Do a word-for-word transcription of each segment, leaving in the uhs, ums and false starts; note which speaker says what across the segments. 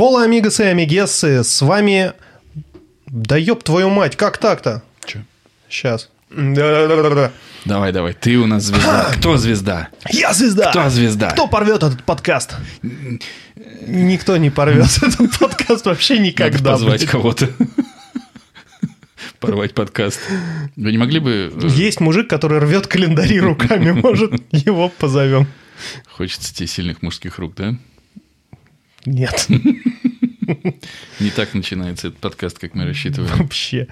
Speaker 1: Холла, амигосы и амигессы, с вами... Да ёб твою мать, как так-то?
Speaker 2: Че?
Speaker 1: Сейчас.
Speaker 2: Давай, давай, ты у нас звезда. Кто звезда?
Speaker 1: Я звезда.
Speaker 2: Кто звезда?
Speaker 1: Кто порвет этот подкаст? Никто не порвет этот подкаст вообще никогда.
Speaker 2: Надо позвать кого-то. Порвать подкаст. Вы не могли бы...
Speaker 1: Есть мужик, который рвет календари руками, может, его позовем.
Speaker 2: Хочется тебе сильных мужских рук, да?
Speaker 1: Нет.
Speaker 2: Не так начинается этот подкаст, как мы рассчитываем.
Speaker 1: Вообще.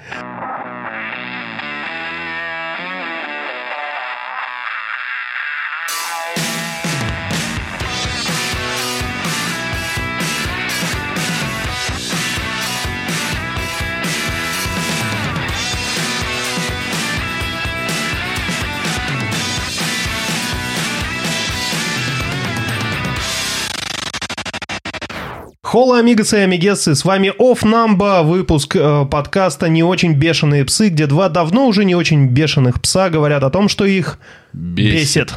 Speaker 1: Холла, амигосы и амигессы, с вами Off Number, выпуск э, подкаста «Не очень бешеные псы», где два давно уже не очень бешеных пса говорят о том, что их бесит.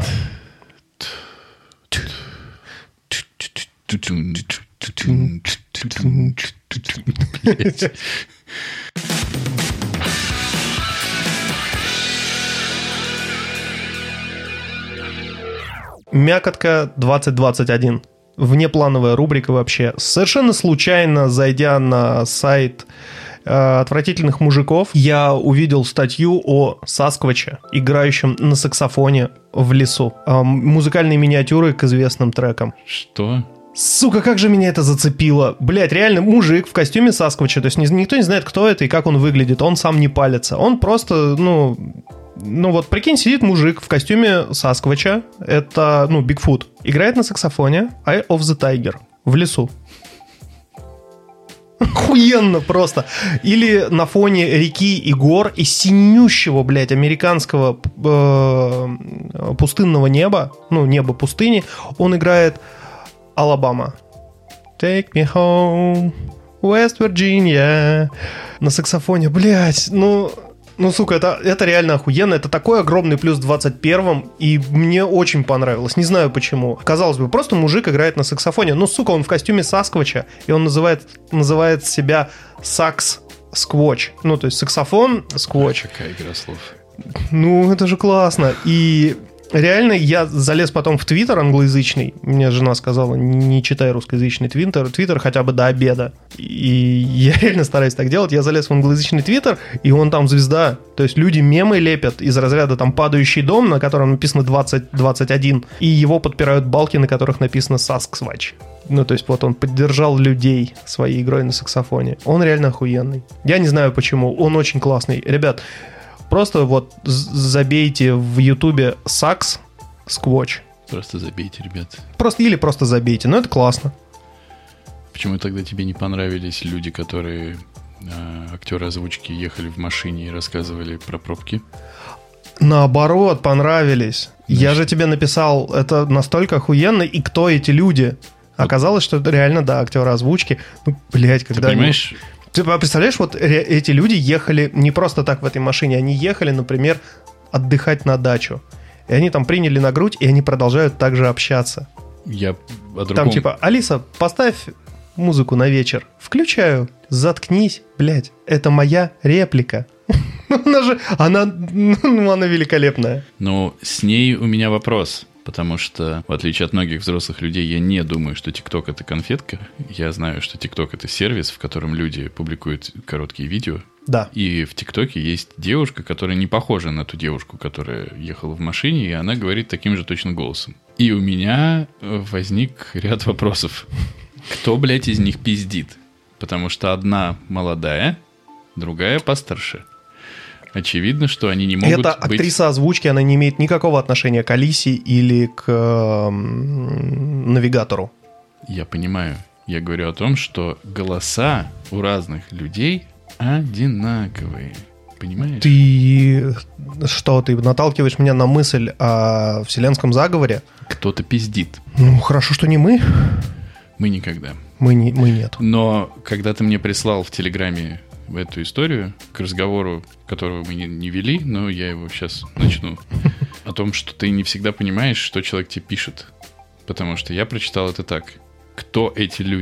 Speaker 1: Мякотка двадцать двадцать один. Внеплановая рубрика вообще. Совершенно случайно, зайдя на сайт э, отвратительных мужиков, я увидел статью о Саскваче, играющем на саксофоне в лесу. Э, музыкальные миниатюры к известным трекам.
Speaker 2: Что?
Speaker 1: Сука, как же меня это зацепило. Блять, реально мужик в костюме Сасквача. То есть никто не знает, кто это и как он выглядит. Он сам не палится. Он просто, ну... Ну вот, прикинь, сидит мужик в костюме Сасквача, это, ну, Бигфут, играет на саксофоне Eye of the Tiger в лесу. Охуенно просто. Или на фоне реки и гор и синющего, блядь, американского э, пустынного неба, ну, неба пустыни, он играет Алабама. Take me home, West Virginia. На саксофоне, блядь, ну... Ну, сука, это, это реально охуенно. Это такой огромный плюс в двадцать первом, и мне очень понравилось. Не знаю почему. Казалось бы, просто мужик играет на саксофоне. Ну, сука, он в костюме Сасквача, и он называет, называет себя Сакс-сквоч. Ну, то есть саксофон сквоч.
Speaker 2: А, какая игра слов.
Speaker 1: Ну, это же классно. И... Реально, я залез потом в Твиттер англоязычный. Мне жена сказала, не читай русскоязычный Твиттер, Твиттер хотя бы до обеда. И я реально стараюсь так делать. Я залез в англоязычный Твиттер, и он там звезда. То есть люди мемы лепят из разряда там «Падающий дом», на котором написано двадцать двадцать один, и его подпирают балки, на которых написано «Сасквач». Ну, то есть вот он поддержал людей своей игрой на саксофоне. Он реально охуенный. Я не знаю почему, он очень классный. Ребят, просто вот забейте в Ютубе Сакс Сквоч.
Speaker 2: Просто забейте, ребят.
Speaker 1: Просто или просто забейте, но это классно.
Speaker 2: Почему тогда тебе не понравились люди, которые э, актеры озвучки ехали в машине и рассказывали про пробки?
Speaker 1: Наоборот, понравились.
Speaker 2: Значит...
Speaker 1: Я же тебе написал, это настолько охуенно, и кто эти люди? Вот. Оказалось, что это реально, да, актеры озвучки. Ну, блядь, когда...
Speaker 2: Ты понимаешь...
Speaker 1: Они... Ты представляешь, вот эти люди ехали не просто так в этой машине, они ехали, например, отдыхать на дачу. И они там приняли на грудь, и они продолжают также общаться.
Speaker 2: Я о другом...
Speaker 1: Там типа, Алиса, поставь музыку на вечер. Включаю. Заткнись, блядь. Это моя реплика. Она же, она, ну, она великолепная.
Speaker 2: Но с ней у меня вопрос. Потому что, в отличие от многих взрослых людей, я не думаю, что ТикТок — это конфетка. Я знаю, что ТикТок — это сервис, в котором люди публикуют короткие видео.
Speaker 1: Да.
Speaker 2: И в ТикТоке есть девушка, которая не похожа на ту девушку, которая ехала в машине, и она говорит таким же точно голосом. И у меня возник ряд вопросов. Кто, блядь, из них пиздит? Потому что одна молодая, другая постарше. Очевидно, что они не могут
Speaker 1: Это
Speaker 2: быть...
Speaker 1: актриса озвучки, она не имеет никакого отношения к Алисе или к э, навигатору.
Speaker 2: Я понимаю. Я говорю о том, что голоса у разных людей одинаковые. Понимаешь?
Speaker 1: Ты что, ты наталкиваешь меня на мысль о вселенском заговоре?
Speaker 2: Кто-то пиздит.
Speaker 1: Ну, хорошо, что не мы.
Speaker 2: Мы никогда.
Speaker 1: Мы, не, мы нет.
Speaker 2: Но когда ты мне прислал в Телеграме в эту историю, к разговору, которого мы не, не вели, но я его сейчас начну, о том, что ты не всегда понимаешь, что человек тебе пишет. Потому что я прочитал это так. Кто эти люди?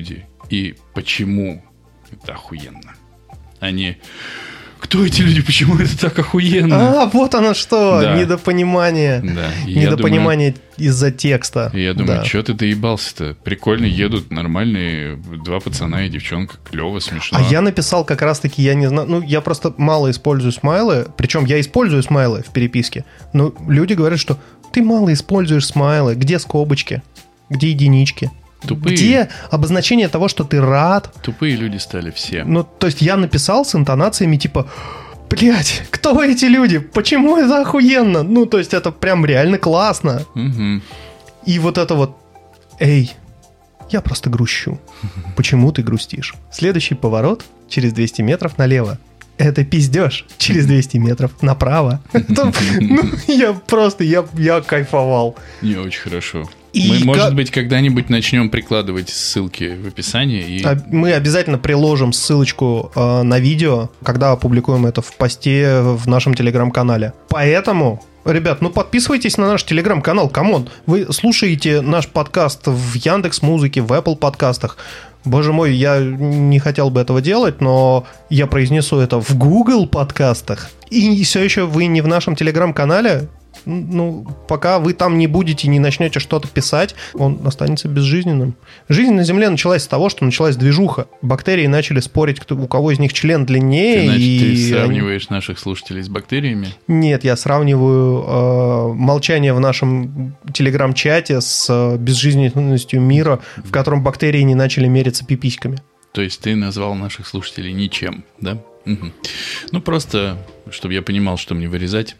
Speaker 2: и почему это охуенно. Они... Кто эти люди? Почему это так охуенно?
Speaker 1: А, вот оно что!
Speaker 2: Да.
Speaker 1: Недопонимание.
Speaker 2: Да. И
Speaker 1: Недопонимание думаю, из-за текста.
Speaker 2: И я думаю,
Speaker 1: да.
Speaker 2: что ты доебался-то? Прикольно едут нормальные два пацана и девчонка. Клево, смешно.
Speaker 1: А я написал как раз-таки, я не знаю... Ну, я просто мало использую смайлы. Причем я использую смайлы в переписке. Но люди говорят, что ты мало используешь смайлы. Где скобочки? Где единички?
Speaker 2: Тупые.
Speaker 1: Где обозначение того, что ты рад?
Speaker 2: Тупые люди стали все.
Speaker 1: Ну, то есть я написал с интонациями типа, блять, кто эти люди? Почему это охуенно? Ну, то есть это прям реально классно.
Speaker 2: Угу.
Speaker 1: И вот это вот, эй, я просто грущу. Почему ты грустишь? Следующий поворот через двести метров налево. Это пиздеж. Через двести метров направо. Я просто, я кайфовал.
Speaker 2: Не очень хорошо.
Speaker 1: И
Speaker 2: мы,
Speaker 1: как...
Speaker 2: может быть, когда-нибудь начнем прикладывать ссылки в описании. И...
Speaker 1: Мы обязательно приложим ссылочку э, на видео, когда опубликуем это в посте в нашем телеграм-канале. Поэтому, ребят, ну подписывайтесь на наш телеграм-канал. Камон, вы слушаете наш подкаст в Яндекс.Музыке, в Apple подкастах. Боже мой, я не хотел бы этого делать, но я произнесу это в Google подкастах. И все еще вы не в нашем телеграм-канале. Ну, пока вы там не будете, не начнете что-то писать, он останется безжизненным. Жизнь на Земле началась с того, что началась движуха. Бактерии начали спорить, кто, у кого из них член длиннее.
Speaker 2: Ты, значит,
Speaker 1: и...
Speaker 2: ты сравниваешь наших слушателей с бактериями?
Speaker 1: Нет, я сравниваю э, молчание в нашем телеграм-чате с э, безжизненностью мира, в котором бактерии не начали мериться пиписьками.
Speaker 2: То есть ты назвал наших слушателей ничем, да? Угу. Ну, просто, чтобы я понимал, что мне вырезать.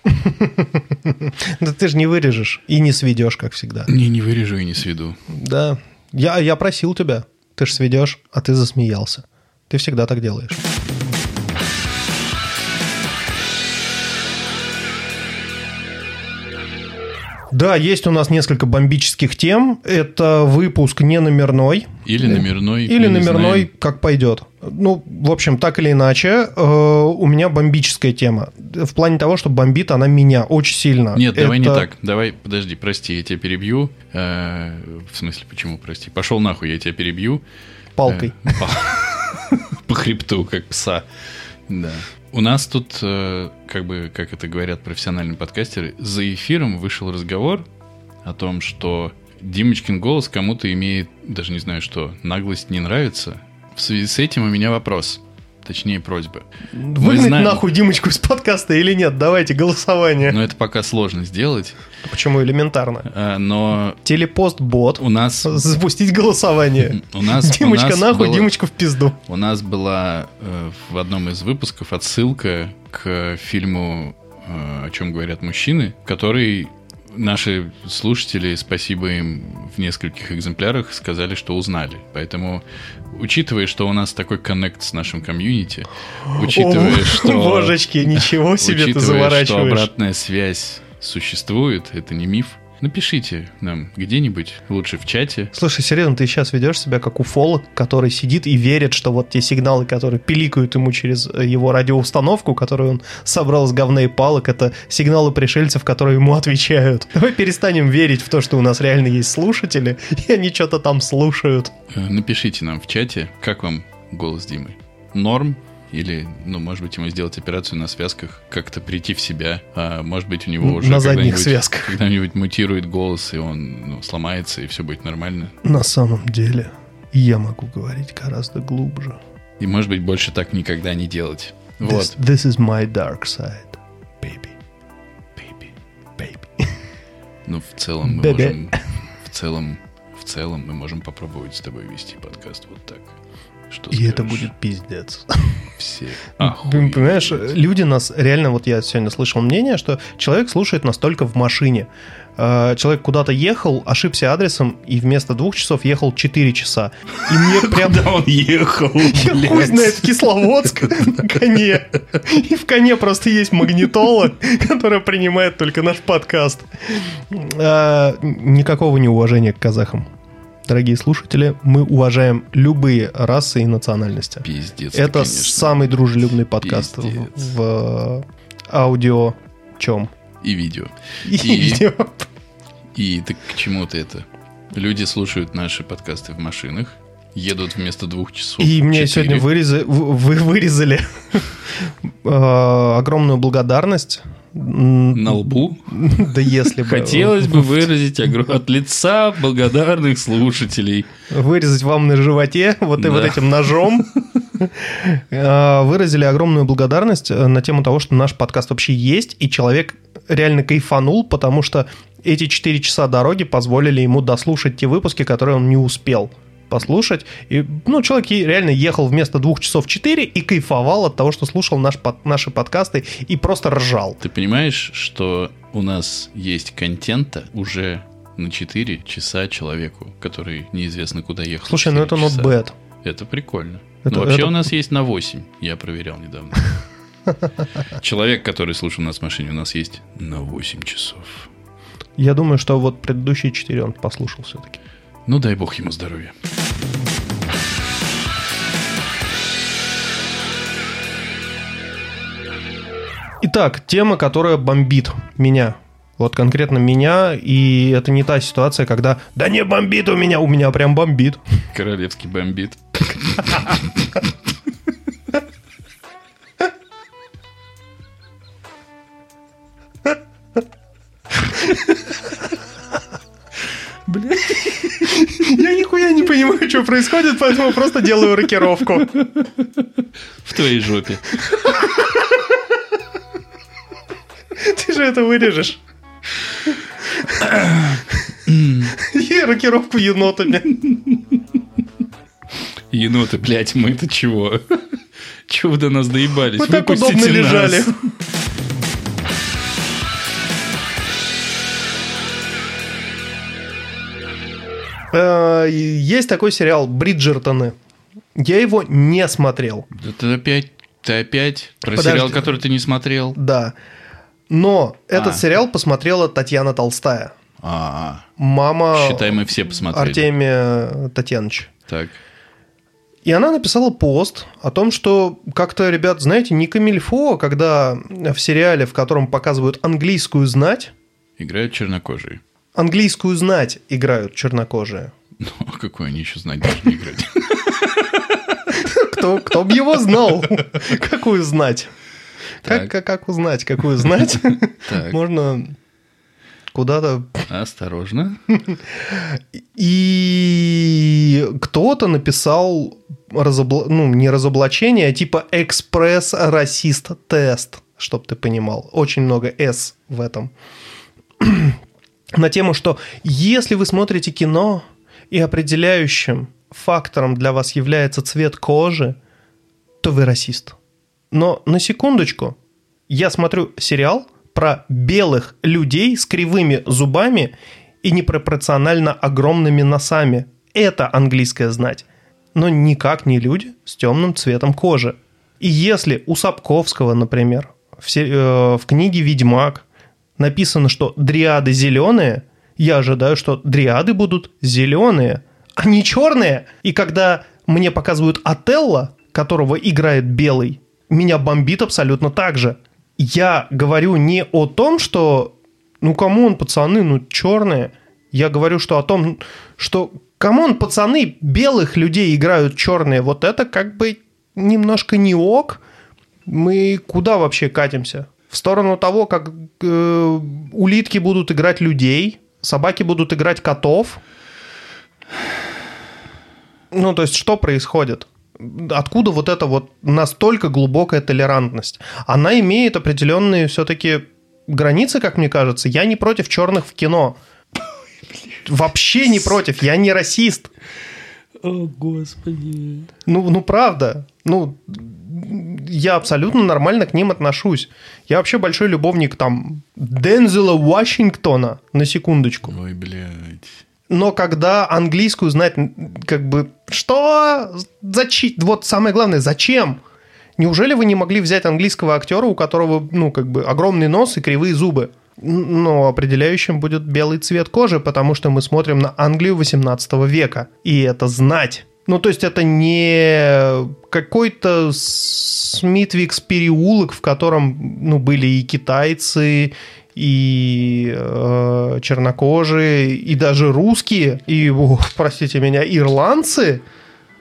Speaker 1: Да ты же не вырежешь и не сведешь, как всегда.
Speaker 2: Не, не вырежу и не сведу.
Speaker 1: Да, я, я просил тебя, ты же сведешь, а ты засмеялся. Ты всегда так делаешь. Да, есть у нас несколько бомбических тем. Это выпуск не номерной.
Speaker 2: Или номерной.
Speaker 1: Или номерной, как пойдет. Ну, в общем, так или иначе, э, у меня бомбическая тема. В плане того, что бомбит она меня очень сильно.
Speaker 2: Нет,
Speaker 1: Это...
Speaker 2: давай не так. Давай, подожди, прости, я тебя перебью. Э, в смысле, почему, прости? Пошел нахуй, я тебя перебью.
Speaker 1: Палкой.
Speaker 2: Э, по, по хребту, как пса. Да. У нас тут, как бы, как это говорят профессиональные подкастеры, за эфиром вышел разговор о том, что Димочкин голос кому-то имеет, даже не знаю что, наглость не нравится. В связи с этим у меня вопрос, точнее просьба.
Speaker 1: Выгнать знаем... нахуй Димочку из подкаста или нет? Давайте голосование.
Speaker 2: Но это пока сложно сделать.
Speaker 1: Почему элементарно?
Speaker 2: А, но...
Speaker 1: Телепост-бот.
Speaker 2: У нас...
Speaker 1: Запустить голосование.
Speaker 2: У нас...
Speaker 1: Димочка
Speaker 2: у нас
Speaker 1: нахуй,
Speaker 2: было...
Speaker 1: Димочку в пизду.
Speaker 2: У нас была э, в одном из выпусков отсылка к фильму э, «О чем говорят мужчины», который... Наши слушатели, спасибо им, в нескольких экземплярах сказали, что узнали. Поэтому, учитывая, что у нас такой коннект с нашим комьюнити, учитывая,
Speaker 1: О,
Speaker 2: что...
Speaker 1: Божечки, ничего себе ты заворачиваешь.
Speaker 2: Учитывая, что обратная связь существует, это не миф, напишите нам где-нибудь, лучше в чате.
Speaker 1: Слушай, серьезно, ты сейчас ведешь себя как уфолог, который сидит и верит, что вот те сигналы, которые пиликают ему через его радиоустановку, которую он собрал с говна и палок, это сигналы пришельцев, которые ему отвечают. Давай перестанем верить в то, что у нас реально есть слушатели, и они что-то там слушают.
Speaker 2: Напишите нам в чате, как вам голос Димы. Норм? Или, ну, может быть, ему сделать операцию на связках, как-то прийти в себя. А может быть, у него уже
Speaker 1: на задних связках
Speaker 2: когда-нибудь мутирует голос, и он ну, сломается, и все будет нормально.
Speaker 1: На самом деле, я могу говорить гораздо глубже.
Speaker 2: И, может быть, больше так никогда не делать.
Speaker 1: This,
Speaker 2: вот.
Speaker 1: This is my dark side, baby. Baby. Baby.
Speaker 2: Ну, в целом мы
Speaker 1: Baby.
Speaker 2: можем... В целом, в целом мы можем попробовать с тобой вести подкаст вот так. Что
Speaker 1: и
Speaker 2: скажешь?
Speaker 1: это будет пиздец.
Speaker 2: Все.
Speaker 1: Охуеть. Понимаешь, люди нас реально, вот я сегодня слышал мнение, что человек слушает нас только в машине. Человек куда-то ехал, ошибся адресом, и вместо двух часов ехал четыре часа. И мне прям...
Speaker 2: Куда он ехал,
Speaker 1: Я хуй знает, в Кисловодск на коне. И в коне просто есть магнитола, которая принимает только наш подкаст. Никакого неуважения к казахам. Дорогие слушатели, мы уважаем любые расы и национальности.
Speaker 2: Пиздец.
Speaker 1: Это
Speaker 2: конечно.
Speaker 1: Самый дружелюбный подкаст в, в аудио чем?
Speaker 2: И видео.
Speaker 1: И, и видео.
Speaker 2: И так к чему ты это? Люди слушают наши подкасты в машинах, едут вместо двух часов.
Speaker 1: И мне сегодня вырезали, вы вырезали огромную благодарность.
Speaker 2: На лбу?
Speaker 1: Да если бы.
Speaker 2: Хотелось бы выразить от лица благодарных слушателей.
Speaker 1: Вырезать вам на животе вот, да. вот этим ножом. Выразили огромную благодарность на тему того, что наш подкаст вообще есть, и человек реально кайфанул, потому что эти четыре часа дороги позволили ему дослушать те выпуски, которые он не успел послушать. И, ну, человек реально ехал вместо двух часов четыре и кайфовал от того, что слушал наш, под, наши подкасты и просто ржал.
Speaker 2: Ты понимаешь, что у нас есть контента уже на четыре часа человеку, который неизвестно куда ехал?
Speaker 1: Слушай, ну это not bad.
Speaker 2: Это прикольно.
Speaker 1: Это,
Speaker 2: Но вообще
Speaker 1: это...
Speaker 2: у нас есть на восемь. Я проверял недавно. Человек, который слушал нас в машине, у нас есть на восемь часов.
Speaker 1: Я думаю, что вот предыдущие четыре он послушал все-таки.
Speaker 2: Ну, дай бог ему здоровья.
Speaker 1: Итак, тема, которая бомбит меня. Вот конкретно меня, и это не та ситуация, когда «да не бомбит у меня», у меня прям бомбит.
Speaker 2: Королевский бомбит.
Speaker 1: Блин, я нихуя не понимаю, что происходит, поэтому просто делаю рокировку.
Speaker 2: В твоей жопе.
Speaker 1: Ты же это вырежешь. И рокировку енотами.
Speaker 2: Еноты, блядь, мы-то чего? Чего вы до нас доебались?
Speaker 1: Мы так удобно лежали. Есть такой сериал «Бриджертоны». Я его не смотрел.
Speaker 2: Да ты опять, ты опять про
Speaker 1: Подожди.
Speaker 2: сериал, который ты не смотрел?
Speaker 1: Да. Но
Speaker 2: а.
Speaker 1: этот сериал посмотрела Татьяна Толстая.
Speaker 2: А-а.
Speaker 1: Мама
Speaker 2: Считай, мы все посмотрели.
Speaker 1: Артемия Татьяновича.
Speaker 2: Так.
Speaker 1: И она написала пост о том, что как-то, ребят, знаете, не камильфо, когда в сериале, в котором показывают английскую знать...
Speaker 2: Играют чернокожие.
Speaker 1: Английскую знать играют чернокожие.
Speaker 2: Ну, а какую они еще знать должны играть?
Speaker 1: Кто, кто бы его знал? Какую знать? Как, как, как узнать, какую знать? Можно куда-то...
Speaker 2: Осторожно.
Speaker 1: И кто-то написал, разобла... ну, не разоблачение, а типа экспресс-расист-тест, чтоб ты понимал. Очень много «с» в этом. На тему, что если вы смотрите кино, и определяющим фактором для вас является цвет кожи, то вы расист. Но на секундочку, я смотрю сериал про белых людей с кривыми зубами и непропорционально огромными носами. Это английская знать. Но никак не люди с темным цветом кожи. И если у Сапковского, например, в, се- э, в книге «Ведьмак» написано, что дриады зеленые, я ожидаю, что дриады будут зеленые, а не черные. И когда мне показывают Отелло, которого играет белый, меня бомбит абсолютно так же. Я говорю не о том, что, ну, камон, пацаны, ну, черные. Я говорю, что о том, что, камон, пацаны, белых людей играют черные. Вот это как бы немножко не ок. Мы куда вообще катимся? В сторону того, как э, улитки будут играть людей, собаки будут играть котов. Ну, то есть, что происходит? Откуда вот эта вот настолько глубокая толерантность? Она имеет определенные все-таки границы, как мне кажется. Я не против черных в кино. Вообще не против. Я не расист.
Speaker 2: О, Господи.
Speaker 1: Ну, ну правда. Ну, я абсолютно нормально к ним отношусь. Я вообще большой любовник там Дензела Вашингтона, на секундочку.
Speaker 2: Ой, блядь.
Speaker 1: Но когда английскую знать, как бы, что? Зачем? Вот самое главное, зачем? Неужели вы не могли взять английского актера, у которого, ну, как бы, огромный нос и кривые зубы? Но определяющим будет белый цвет кожи, потому что мы смотрим на Англию восемнадцатого века. И это знать. Ну, то есть, это не какой-то Смитвикс переулок, в котором, ну, были и китайцы, и э, чернокожие, и даже русские, и, о, простите меня, ирландцы.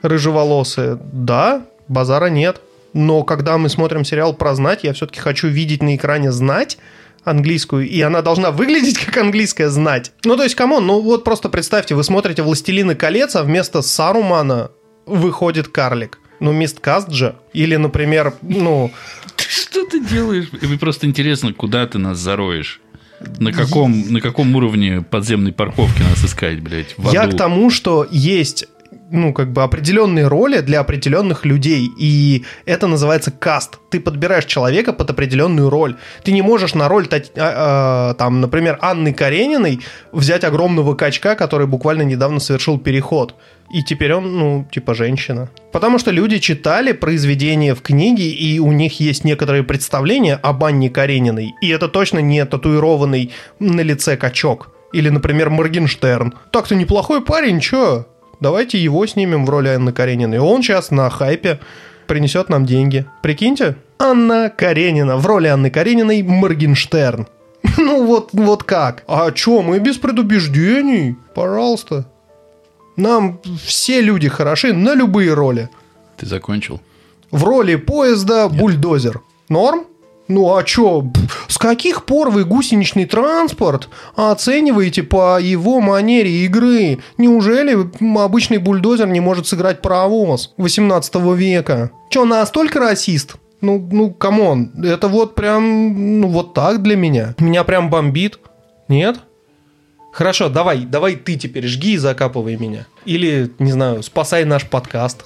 Speaker 1: рыжеволосые, да, базара нет. Но когда мы смотрим сериал про знать, я все-таки хочу видеть на экране знать английскую, и она должна выглядеть как английская знать. Ну, то есть, камон, ну вот просто представьте, вы смотрите «Властелины колец», а вместо Сарумана выходит карлик. Ну, мисткаст же. Или, например, ну...
Speaker 2: Что ты делаешь? Мне просто интересно, куда ты нас зароешь. На каком, на каком уровне подземной парковки нас искать, блядь, в аду?
Speaker 1: Я к тому, что есть... ну, как бы определенные роли для определенных людей, и это называется каст. Ты подбираешь человека под определенную роль. Ты не можешь на роль, там, например, Анны Карениной взять огромного качка, который буквально недавно совершил переход. И теперь он, ну, типа женщина. Потому что люди читали произведения в книге, и у них есть некоторые представления об Анне Карениной, и это точно не татуированный на лице качок. Или, например, Моргенштерн. Так-то неплохой парень, чё? Давайте его снимем в роли Анны Карениной. Он сейчас на хайпе принесет нам деньги. Прикиньте, Анна Каренина в роли Анны Карениной Моргенштерн. Ну вот, вот как? А чё, мы без предубеждений? Пожалуйста. Нам все люди хороши на любые роли.
Speaker 2: Ты закончил?
Speaker 1: В роли поезда Нет. бульдозер. Норм? Ну а чё, с каких пор вы гусеничный транспорт оцениваете по его манере игры? Неужели обычный бульдозер не может сыграть паровоз восемнадцатого века? Чё, настолько расист? Ну, ну, камон, это вот прям, ну, вот так для меня. Меня прям бомбит. Нет? Хорошо, давай, давай ты теперь жги и закапывай меня. Или, не знаю, спасай наш подкаст.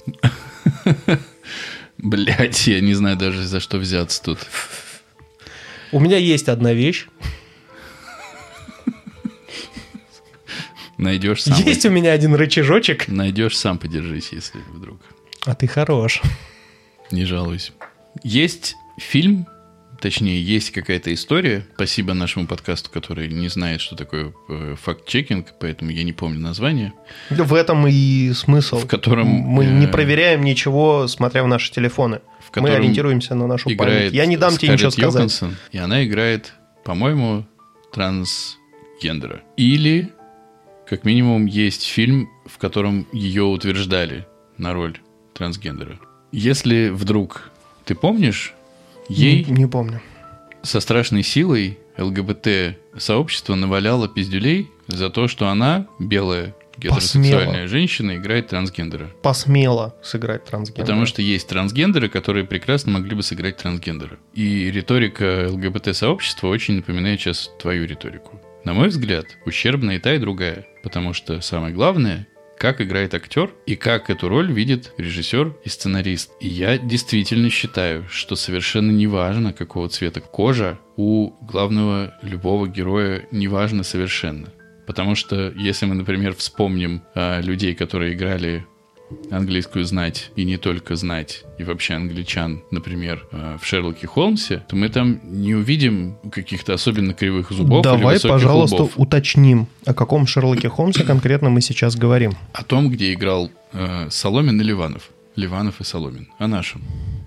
Speaker 2: Блять, я не знаю даже за что взяться тут.
Speaker 1: У меня есть одна вещь.
Speaker 2: Найдешь сам.
Speaker 1: Есть у меня один рычажочек.
Speaker 2: Найдешь сам, подержись, если вдруг.
Speaker 1: А ты хорош.
Speaker 2: Не жалуюсь. Есть фильм, точнее, есть какая-то история. Спасибо нашему подкасту, который не знает, что такое факт-чекинг, поэтому я не помню название.
Speaker 1: В этом и смысл.
Speaker 2: В котором...
Speaker 1: Мы не проверяем ничего, смотря в наши телефоны. В Мы ориентируемся на нашу память. Я не дам
Speaker 2: Скарлетт
Speaker 1: тебе ничего сказать.
Speaker 2: Йоханссон, и она играет, по-моему, трансгендера. Или, как минимум, есть фильм, в котором ее утверждали на роль трансгендера. Если вдруг ты помнишь, ей...
Speaker 1: Не, не помню.
Speaker 2: Со страшной силой ЛГБТ-сообщество наваляло пиздюлей за то, что она, белая гетеросексуальная Посмела. женщина, играет трансгендера.
Speaker 1: Посмела сыграть трансгендера.
Speaker 2: Потому что есть трансгендеры, которые прекрасно могли бы сыграть трансгендера. И риторика ЛГБТ-сообщества очень напоминает сейчас твою риторику. На мой взгляд, ущербна и та, и другая. Потому что самое главное, как играет актер и как эту роль видит режиссер и сценарист. И я действительно считаю, что совершенно неважно, какого цвета кожа у главного любого героя, неважно совершенно. Потому что если мы, например, вспомним а, людей, которые играли английскую знать, и не только знать, и вообще англичан, например, а, в Шерлоке Холмсе, то мы там не увидим каких-то особенно кривых зубов.
Speaker 1: Давай,
Speaker 2: или высоких
Speaker 1: пожалуйста,
Speaker 2: лбов.
Speaker 1: Уточним, о каком Шерлоке Холмсе конкретно мы сейчас говорим.
Speaker 2: О том, где играл а, Соломин и Ливанов. Ливанов и Соломин. О нашем.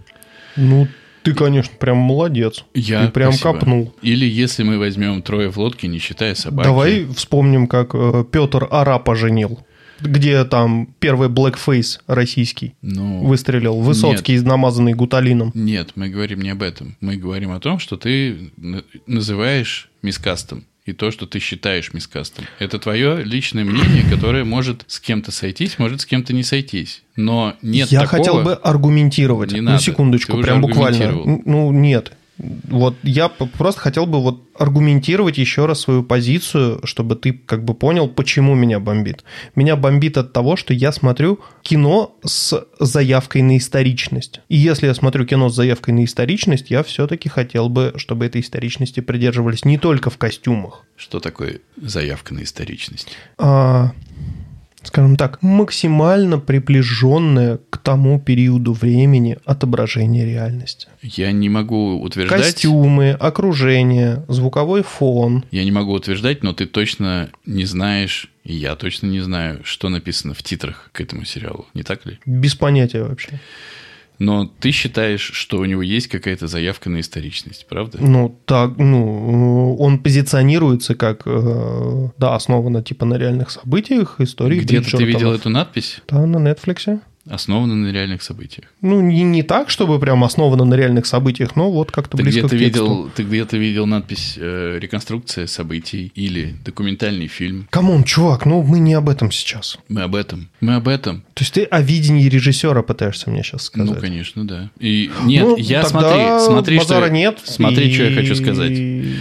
Speaker 1: Ну, ты, конечно, прям молодец.
Speaker 2: Я,
Speaker 1: ты прям
Speaker 2: спасибо.
Speaker 1: копнул.
Speaker 2: Или если мы возьмем «Трое в лодке», не считая собаки.
Speaker 1: Давай вспомним, как э, Петр Арапа женил. Где там первый блэкфейс российский
Speaker 2: ну,
Speaker 1: выстрелил. Высоцкий, нет, намазанный гуталином.
Speaker 2: Нет, мы говорим не об этом. Мы говорим о том, что ты называешь мискастом. И то, что ты считаешь мискастом. Это твое личное мнение, которое может с кем-то сойтись, может с кем-то не сойтись. Но нет
Speaker 1: Я
Speaker 2: такого...
Speaker 1: хотел бы аргументировать.
Speaker 2: Не
Speaker 1: ну,
Speaker 2: надо.
Speaker 1: секундочку,
Speaker 2: Ты
Speaker 1: прям буквально. Ну, нет. Вот я просто хотел бы вот аргументировать еще раз свою позицию, чтобы ты как бы понял, почему меня бомбит. Меня бомбит от того, что я смотрю кино с заявкой на историчность. И если я смотрю кино с заявкой на историчность, я все-таки хотел бы, чтобы этой историчности придерживались не только в костюмах.
Speaker 2: Что такое заявка на историчность?
Speaker 1: А... скажем так, максимально приближенное к тому периоду времени отображение реальности.
Speaker 2: Я не могу утверждать...
Speaker 1: Костюмы, окружение, звуковой фон.
Speaker 2: Я не могу утверждать, но ты точно не знаешь, и я точно не знаю, что написано в титрах к этому сериалу. Не так ли?
Speaker 1: Без понятия вообще.
Speaker 2: Но ты считаешь, что у него есть какая-то заявка на историчность, правда?
Speaker 1: Ну, так, ну, он позиционируется как, да, основано типа на реальных событиях, истории.
Speaker 2: Где-то ты видел эту надпись?
Speaker 1: Да, на Netflix.
Speaker 2: Основано на реальных событиях.
Speaker 1: Ну, не, не так, чтобы прям основано на реальных событиях, но вот как-то
Speaker 2: ты
Speaker 1: близко
Speaker 2: где-то
Speaker 1: к тексту.
Speaker 2: Видел, ты где-то видел надпись э, «Реконструкция событий» или «Документальный фильм».
Speaker 1: Камон, чувак, ну мы не об этом сейчас.
Speaker 2: Мы об этом. Мы об этом.
Speaker 1: То есть ты о видении режиссера пытаешься мне сейчас сказать?
Speaker 2: Ну, конечно, да. И нет,
Speaker 1: ну,
Speaker 2: я смотри, смотри,
Speaker 1: базара
Speaker 2: что,
Speaker 1: нет,
Speaker 2: смотри,
Speaker 1: и...
Speaker 2: что я хочу сказать.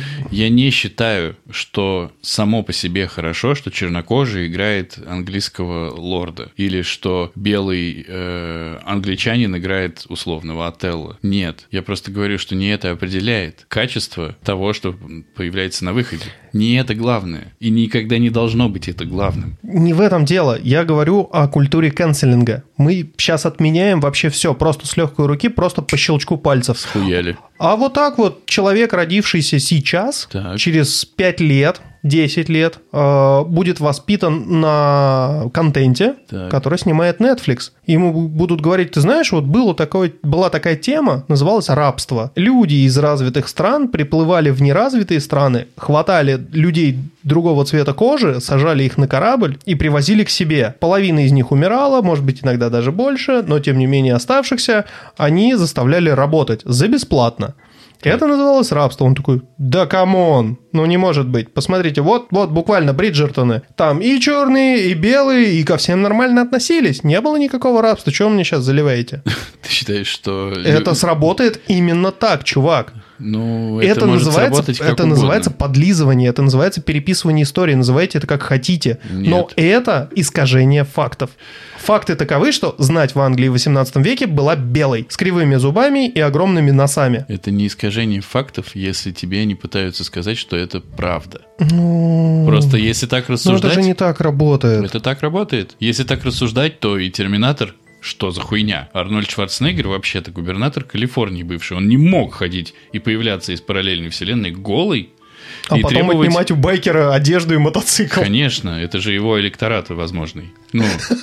Speaker 2: Я не считаю, что само по себе хорошо, что чернокожий играет английского лорда, или что белый э, англичанин играет условного Отелло. Нет, я просто говорю, что не это определяет качество того, что появляется на выходе. Не это главное. И никогда не должно быть это главным.
Speaker 1: Не в этом дело. Я говорю о культуре канцелинга. Мы сейчас отменяем вообще все, просто с легкой руки, просто по щелчку пальцев.
Speaker 2: Схуяли.
Speaker 1: А вот так вот человек, родившийся сейчас,
Speaker 2: так.
Speaker 1: через пять лет, десять лет, э, будет воспитан на контенте,
Speaker 2: так.
Speaker 1: который снимает Netflix. Ему будут говорить, ты знаешь, вот было такое, была такая тема, называлась рабство. Люди из развитых стран приплывали в неразвитые страны, хватали людей другого цвета кожи, сажали их на корабль и привозили к себе. Половина из них умирала, может быть, иногда даже больше, но тем не менее оставшихся они заставляли работать за бесплатно. Это называлось рабство. Он такой, да камон, ну не может быть. Посмотрите, вот, вот буквально Бриджертоны. Там и черные, и белые, и ко всем нормально относились. Не было никакого рабства. Чего вы мне сейчас заливаете?
Speaker 2: Ты считаешь, что...
Speaker 1: Это сработает именно так, чувак.
Speaker 2: Ну, это,
Speaker 1: это
Speaker 2: может
Speaker 1: называется,
Speaker 2: сработать как
Speaker 1: это
Speaker 2: угодно.
Speaker 1: называется подлизывание, это называется переписывание истории, называйте это как хотите.
Speaker 2: Нет.
Speaker 1: Но это искажение фактов. Факты таковы, что знать в Англии в восемнадцатом веке была белой, с кривыми зубами и огромными носами.
Speaker 2: Это не искажение фактов, если тебе не пытаются сказать, что это правда.
Speaker 1: Ну...
Speaker 2: Просто если так рассуждать...
Speaker 1: Ну, это же не так работает.
Speaker 2: Это так работает. Если так рассуждать, то и «Терминатор» что за хуйня? Арнольд Шварценеггер вообще-то губернатор Калифорнии бывший. Он не мог ходить и появляться из параллельной вселенной голый.
Speaker 1: А
Speaker 2: и
Speaker 1: потом
Speaker 2: требовать...
Speaker 1: отнимать у байкера одежду и мотоцикл.
Speaker 2: Конечно, это же его электорат возможный. Ну...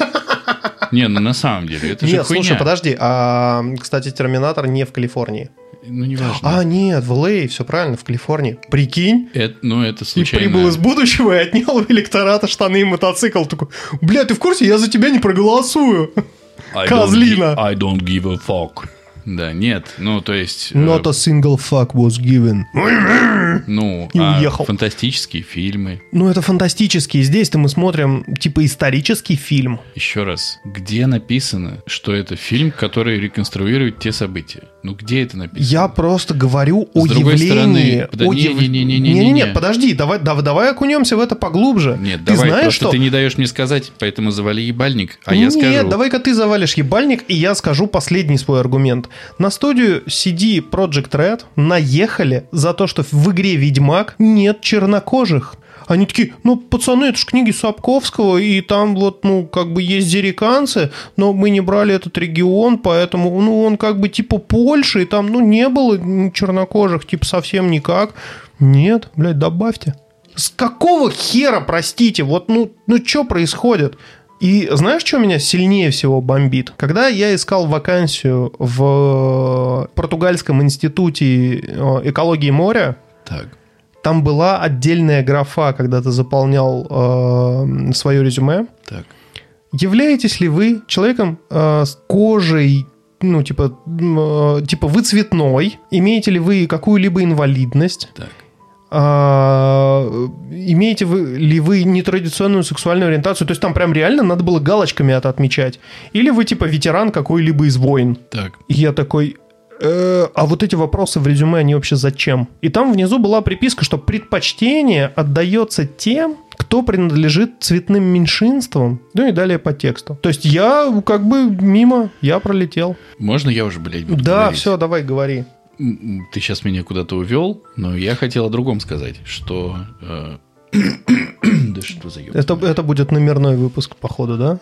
Speaker 2: Не, ну на самом деле, это же
Speaker 1: Нет,
Speaker 2: хуйня.
Speaker 1: слушай, подожди. А, кстати, «Терминатор» не в Калифорнии.
Speaker 2: Ну, не важно.
Speaker 1: А, нет, в Л А, все правильно, в Калифорнии. Прикинь.
Speaker 2: Это, ну, это случайно.
Speaker 1: И прибыл из будущего и отнял у электората штаны и мотоцикл. Такой, бля, ты в курсе? Я за тебя не проголосую.
Speaker 2: I
Speaker 1: Козлина.
Speaker 2: Don't, I don't give a fuck. Да, нет, ну, то есть...
Speaker 1: Not a single fuck was given.
Speaker 2: Ну,
Speaker 1: И
Speaker 2: а
Speaker 1: уехал.
Speaker 2: фантастические фильмы.
Speaker 1: Ну, это фантастические. Здесь-то мы смотрим, типа, исторический фильм.
Speaker 2: Еще раз, где написано, что это фильм, который реконструирует те события? Ну, где это написано?
Speaker 1: Я просто говорю
Speaker 2: С
Speaker 1: о
Speaker 2: другой
Speaker 1: явлении.
Speaker 2: стороны, да
Speaker 1: о
Speaker 2: не,
Speaker 1: яв-
Speaker 2: не, не, не, не,
Speaker 1: Не-не-не,
Speaker 2: не.
Speaker 1: подожди, давай, давай, давай окунемся в это поглубже.
Speaker 2: Нет,
Speaker 1: ты
Speaker 2: давай,
Speaker 1: знаешь,
Speaker 2: просто
Speaker 1: что...
Speaker 2: ты не даешь мне сказать, поэтому завали ебальник, а я
Speaker 1: Нет,
Speaker 2: скажу.
Speaker 1: давай-ка ты завалишь ебальник, и я скажу последний свой аргумент. На студию си ди Projekt Red наехали за то, что в игре «Ведьмак» нет чернокожих. Они такие, ну, пацаны, это же книги Сапковского, и там вот, ну, как бы есть зериканцы, но мы не брали этот регион, поэтому, ну, он как бы типа Польши, и там, ну, не было чернокожих, типа совсем никак. Нет, блядь, добавьте. С какого хера, простите, вот, ну, ну, что происходит? И знаешь, что меня сильнее всего бомбит? Когда я искал вакансию в Португальском институте экологии моря,
Speaker 2: Так.
Speaker 1: там была отдельная графа, когда ты заполнял э, свое резюме.
Speaker 2: Так.
Speaker 1: Являетесь ли вы человеком э, с кожей, ну, типа, э, типа вы цветной? Имеете ли вы какую-либо инвалидность?
Speaker 2: Так.
Speaker 1: А, имеете вы, ли вы нетрадиционную сексуальную ориентацию? То есть там прям реально надо было галочками это отмечать. Или вы типа ветеран какой-либо из войн?
Speaker 2: Так.
Speaker 1: И я такой... Э, а вот эти вопросы в резюме, они вообще зачем? И там внизу была приписка, что предпочтение отдается тем, кто принадлежит цветным меньшинствам. Ну и далее по тексту. То есть я как бы мимо, я пролетел.
Speaker 2: Можно я уже, блядь, буду
Speaker 1: Да,
Speaker 2: говорить?
Speaker 1: все, давай, говори.
Speaker 2: Ты сейчас меня куда-то увел, но я хотел о другом сказать, что... э, Да что за ёб...
Speaker 1: Это, это будет номерной выпуск, походу, да?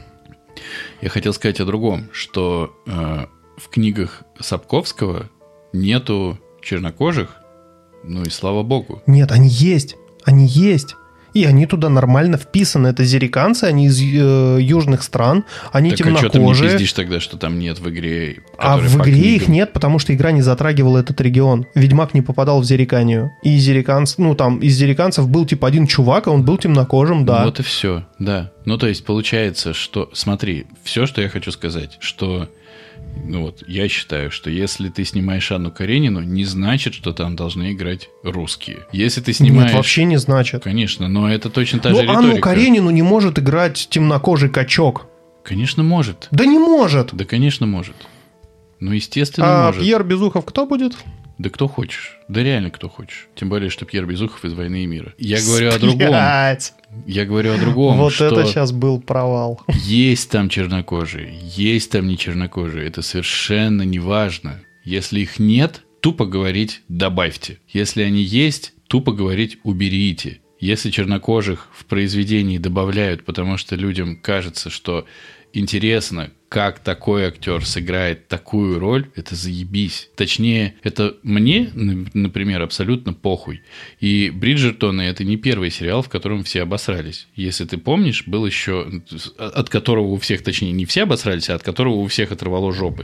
Speaker 2: Я хотел сказать о другом, что э, в книгах Сапковского нету чернокожих, ну и слава богу.
Speaker 1: Нет, они есть. Они есть. И они туда нормально вписаны. Это зериканцы, они из э, южных стран, они
Speaker 2: так
Speaker 1: темнокожие.
Speaker 2: Так а что ты мне пиздишь тогда, что там нет в игре?
Speaker 1: А в игре книгам... их нет, потому что игра не затрагивала этот регион. Ведьмак не попадал в Зериканию. И зериканц, ну там из зериканцев был типа один чувак, а он был темнокожим, да.
Speaker 2: Вот и все, да. Ну то есть получается, что... Смотри, все, что я хочу сказать, что... Ну вот, я считаю, что если ты снимаешь Анну Каренину, не значит, что там должны играть русские. Если ты снимаешь...
Speaker 1: Нет, вообще не значит.
Speaker 2: Конечно, но это точно та
Speaker 1: но
Speaker 2: же риторика.
Speaker 1: Анну Каренину не может играть темнокожий качок.
Speaker 2: Конечно, может.
Speaker 1: Да не может.
Speaker 2: Да, конечно, может. Ну, естественно,
Speaker 1: а
Speaker 2: может.
Speaker 1: А Пьер Безухов кто будет?
Speaker 2: Да кто хочешь. Да реально кто хочешь. Тем более, что Пьер Безухов из «Войны и мира». Я говорю о другом. Я говорю о другом.
Speaker 1: Вот
Speaker 2: что
Speaker 1: это сейчас был провал.
Speaker 2: Есть там чернокожие, есть там не чернокожие. Это совершенно не важно. Если их нет, тупо говорить «добавьте». Если они есть, тупо говорить «уберите». Если чернокожих в произведении добавляют, потому что людям кажется, что интересно, как такой актер сыграет такую роль, это заебись. Точнее, это мне, например, абсолютно похуй. И «Бриджертоны» — это не первый сериал, в котором все обосрались. Если ты помнишь, был еще... От которого у всех, точнее, не все обосрались, а от которого у всех оторвало жопы.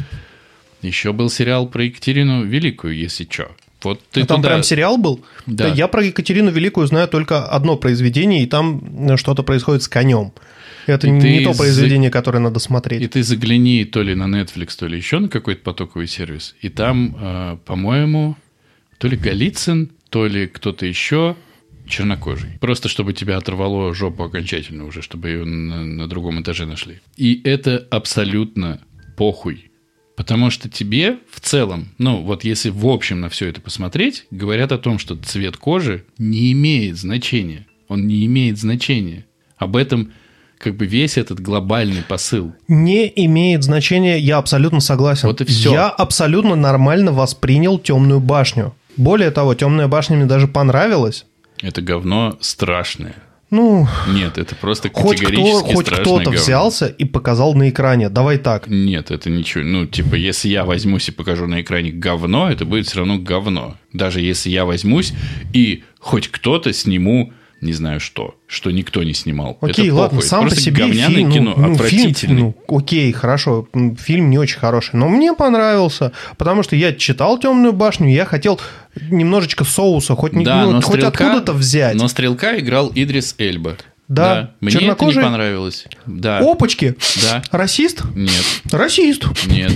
Speaker 2: Еще был сериал про Екатерину Великую, если чё. Вот ты
Speaker 1: а там
Speaker 2: туда...
Speaker 1: прям сериал был?
Speaker 2: Да.
Speaker 1: Я про Екатерину Великую знаю только одно произведение, и там что-то происходит с конем. Это и не то произведение, за... которое надо смотреть.
Speaker 2: И ты загляни то ли на Netflix, то ли еще на какой-то потоковый сервис, и там, э, по-моему, то ли Голицын, то ли кто-то еще чернокожий. Просто чтобы тебя оторвало жопу окончательно уже, чтобы ее на, на другом этаже нашли. И это абсолютно похуй. Потому что тебе в целом, ну вот если в общем на все это посмотреть, говорят о том, что цвет кожи не имеет значения. Он не имеет значения. Об этом как бы весь этот глобальный посыл.
Speaker 1: Не имеет значения, я абсолютно согласен.
Speaker 2: Вот и все.
Speaker 1: Я абсолютно нормально воспринял «Темную башню». Более того, «Темная башня» мне даже понравилась.
Speaker 2: Это говно страшное.
Speaker 1: Ну,
Speaker 2: нет, это просто
Speaker 1: хоть
Speaker 2: категорически
Speaker 1: кто, хоть
Speaker 2: страшное
Speaker 1: кто-то
Speaker 2: говно.
Speaker 1: взялся и показал на экране. Давай так.
Speaker 2: Нет, это ничего. Ну, типа, если я возьмусь и покажу на экране говно, это будет все равно говно. Даже если я возьмусь и хоть кто-то сниму, не знаю что, что никто не снимал.
Speaker 1: Окей,
Speaker 2: это
Speaker 1: ладно,
Speaker 2: похуй.
Speaker 1: сам
Speaker 2: Просто
Speaker 1: по себе
Speaker 2: говняное
Speaker 1: фильм,
Speaker 2: кино,
Speaker 1: ну,
Speaker 2: отвратительный.
Speaker 1: Фильм, ну, окей, хорошо, фильм не очень хороший, но мне понравился, потому что я читал «Темную башню», я хотел немножечко соуса, хоть,
Speaker 2: да,
Speaker 1: ну,
Speaker 2: но
Speaker 1: хоть
Speaker 2: стрелка,
Speaker 1: откуда-то взять.
Speaker 2: Но стрелка играл Идрис Эльба.
Speaker 1: Да,
Speaker 2: да. Мне это не понравилось. Да.
Speaker 1: Опачки.
Speaker 2: Да.
Speaker 1: Расист?
Speaker 2: Нет.
Speaker 1: Расист?
Speaker 2: Нет.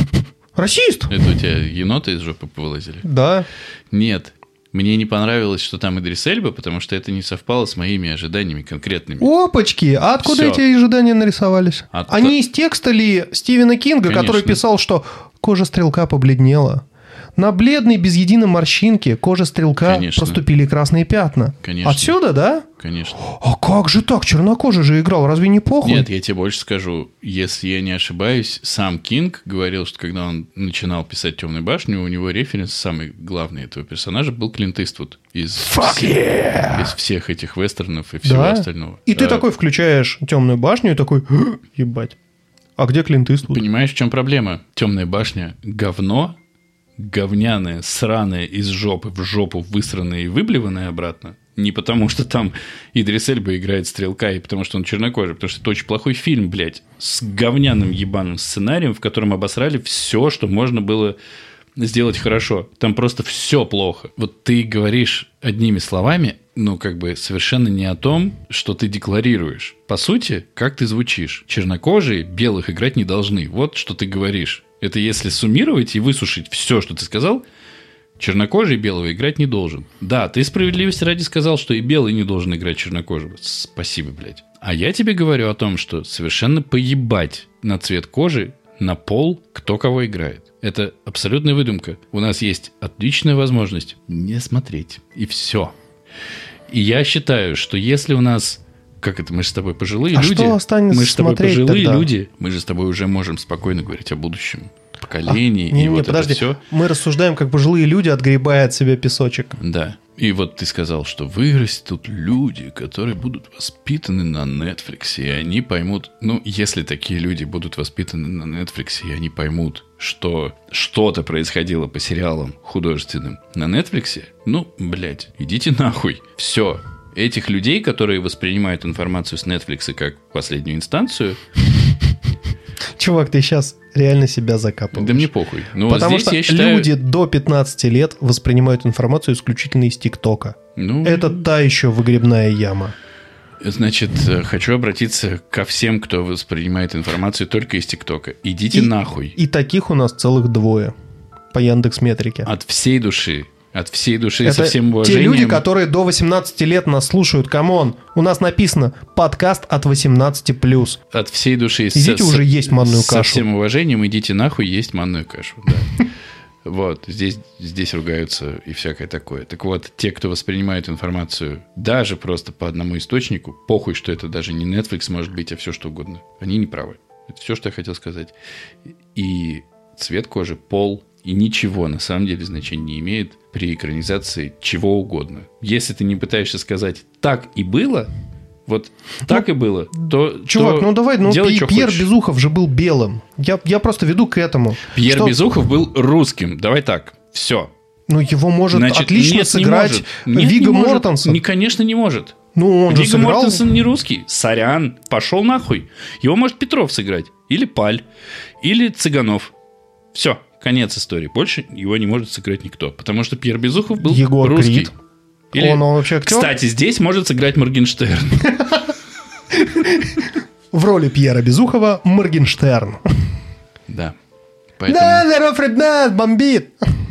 Speaker 1: Расист?
Speaker 2: Это у тебя еноты из жопы повылазили?
Speaker 1: Да.
Speaker 2: Нет. Мне не понравилось, что там Идрис Эльба, потому что это не совпало с моими ожиданиями конкретными.
Speaker 1: Опачки! А откуда
Speaker 2: Всё.
Speaker 1: эти ожидания нарисовались?
Speaker 2: От...
Speaker 1: Они из текста ли Стивена Кинга,
Speaker 2: Конечно.
Speaker 1: который писал, что кожа стрелка побледнела? На бледной, без единой морщинки кожа стрелка
Speaker 2: Конечно.
Speaker 1: проступили красные пятна.
Speaker 2: Конечно.
Speaker 1: Отсюда, да?
Speaker 2: Конечно.
Speaker 1: А как же так? Чернокожий же играл, разве не похуй?
Speaker 2: Нет, я тебе больше скажу. Если я не ошибаюсь, сам Кинг говорил, что когда он начинал писать «Темную башню», у него референс, самый главный этого персонажа, был Клинт Иствуд. Из,
Speaker 1: Fuck
Speaker 2: всех,
Speaker 1: yeah!
Speaker 2: из всех этих вестернов и всего
Speaker 1: да?
Speaker 2: остального.
Speaker 1: И ты
Speaker 2: а,
Speaker 1: такой включаешь «Темную башню» и такой, ебать. А где Клинт Иствуд?
Speaker 2: Понимаешь, в чем проблема? «Темная башня» — говно, говняное, сраное, из жопы в жопу высранное и выблеванное обратно. Не потому, что там Идрис Эльба играет стрелка, и потому, что он чернокожий, потому что это очень плохой фильм, блядь, с говняным ебаным сценарием, в котором обосрали все, что можно было сделать хорошо. Там просто все плохо. Вот ты говоришь одними словами, ну, как бы совершенно не о том, что ты декларируешь. По сути, как ты звучишь. Чернокожие белых играть не должны. Вот что ты говоришь. Это если суммировать и высушить все, что ты сказал, чернокожий белого играть не должен. Да, ты справедливости ради сказал, что и белый не должен играть чернокожего. Спасибо, блядь. А я тебе говорю о том, что совершенно поебать на цвет кожи, на пол, кто кого играет. Это абсолютная выдумка. У нас есть отличная возможность не смотреть. И все. И я считаю, что если у нас... Как это? Мы же с тобой пожилые
Speaker 1: а
Speaker 2: люди.
Speaker 1: Что останется
Speaker 2: мы же с тобой пожилые
Speaker 1: тогда?
Speaker 2: люди. Мы же с тобой уже можем спокойно говорить о будущем поколении.
Speaker 1: А, не,
Speaker 2: и
Speaker 1: не,
Speaker 2: вот
Speaker 1: подожди.
Speaker 2: это все.
Speaker 1: Мы рассуждаем, как пожилые люди, отгребая от себя песочек.
Speaker 2: Да. И вот ты сказал, что вырастут люди, которые будут воспитаны на Netflix, и они поймут... Ну, если такие люди будут воспитаны на Netflix, и они поймут, что что-то происходило по сериалам художественным на Netflix, ну, блядь, идите нахуй. Все. этих людей, которые воспринимают информацию с Netflix как последнюю инстанцию...
Speaker 1: Чувак, ты сейчас реально себя закапываешь.
Speaker 2: Да мне похуй. Но
Speaker 1: Потому
Speaker 2: здесь,
Speaker 1: что
Speaker 2: я считаю...
Speaker 1: люди до пятнадцати лет воспринимают информацию исключительно из ТикТока.
Speaker 2: Ну...
Speaker 1: Это та еще выгребная яма.
Speaker 2: Значит, хочу обратиться ко всем, кто воспринимает информацию только из ТикТока. Идите
Speaker 1: И-
Speaker 2: нахуй.
Speaker 1: И таких у нас целых двое по Яндекс.Метрике.
Speaker 2: От всей души. От всей души,
Speaker 1: Это
Speaker 2: со всем
Speaker 1: те
Speaker 2: уважением.
Speaker 1: люди, которые до восемнадцати лет нас слушают. Камон, у нас написано подкаст от восемнадцати плюс.
Speaker 2: От всей души.
Speaker 1: Идите
Speaker 2: со-
Speaker 1: уже есть манную
Speaker 2: Со
Speaker 1: кашу.
Speaker 2: всем уважением идите нахуй есть манную кашу. Да. Вот, здесь, здесь ругаются и всякое такое. Так вот, те, кто воспринимает информацию даже просто по одному источнику, похуй, что это даже не Netflix может быть, а все что угодно. Они не правы. Это все, что я хотел сказать. И цвет кожи, пол и ничего на самом деле значения не имеет при экранизации чего угодно. Если ты не пытаешься сказать «так и было», вот так
Speaker 1: Ну,
Speaker 2: и было, то...
Speaker 1: Чувак,
Speaker 2: то
Speaker 1: ну давай, ну
Speaker 2: делай,
Speaker 1: Пи-
Speaker 2: что
Speaker 1: Пьер
Speaker 2: хочешь.
Speaker 1: Безухов же был белым. Я, я просто веду к этому.
Speaker 2: Пьер
Speaker 1: что,
Speaker 2: Безухов был русским. Давай так, все.
Speaker 1: Ну его может
Speaker 2: Значит,
Speaker 1: отлично
Speaker 2: нет, не
Speaker 1: сыграть
Speaker 2: может. Нет,
Speaker 1: Вига
Speaker 2: не может.
Speaker 1: Мортенсен.
Speaker 2: Не, конечно, не может.
Speaker 1: Ну он же
Speaker 2: Вига
Speaker 1: сыграл...
Speaker 2: Мортенсен не русский. Сорян, пошел нахуй. Его может Петров сыграть. Или Паль. Или Цыганов. Все, конец истории. Больше его не может сыграть никто. Потому что Пьер Безухов был
Speaker 1: Егор
Speaker 2: русский.
Speaker 1: Крид.
Speaker 2: Или...
Speaker 1: Он, он вообще актер?
Speaker 2: Кстати, здесь может сыграть Моргенштерн.
Speaker 1: В роли Пьера Безухова Моргенштерн.
Speaker 2: Да. Поэтому...
Speaker 1: Да, здорово, Фреднат, бомбит.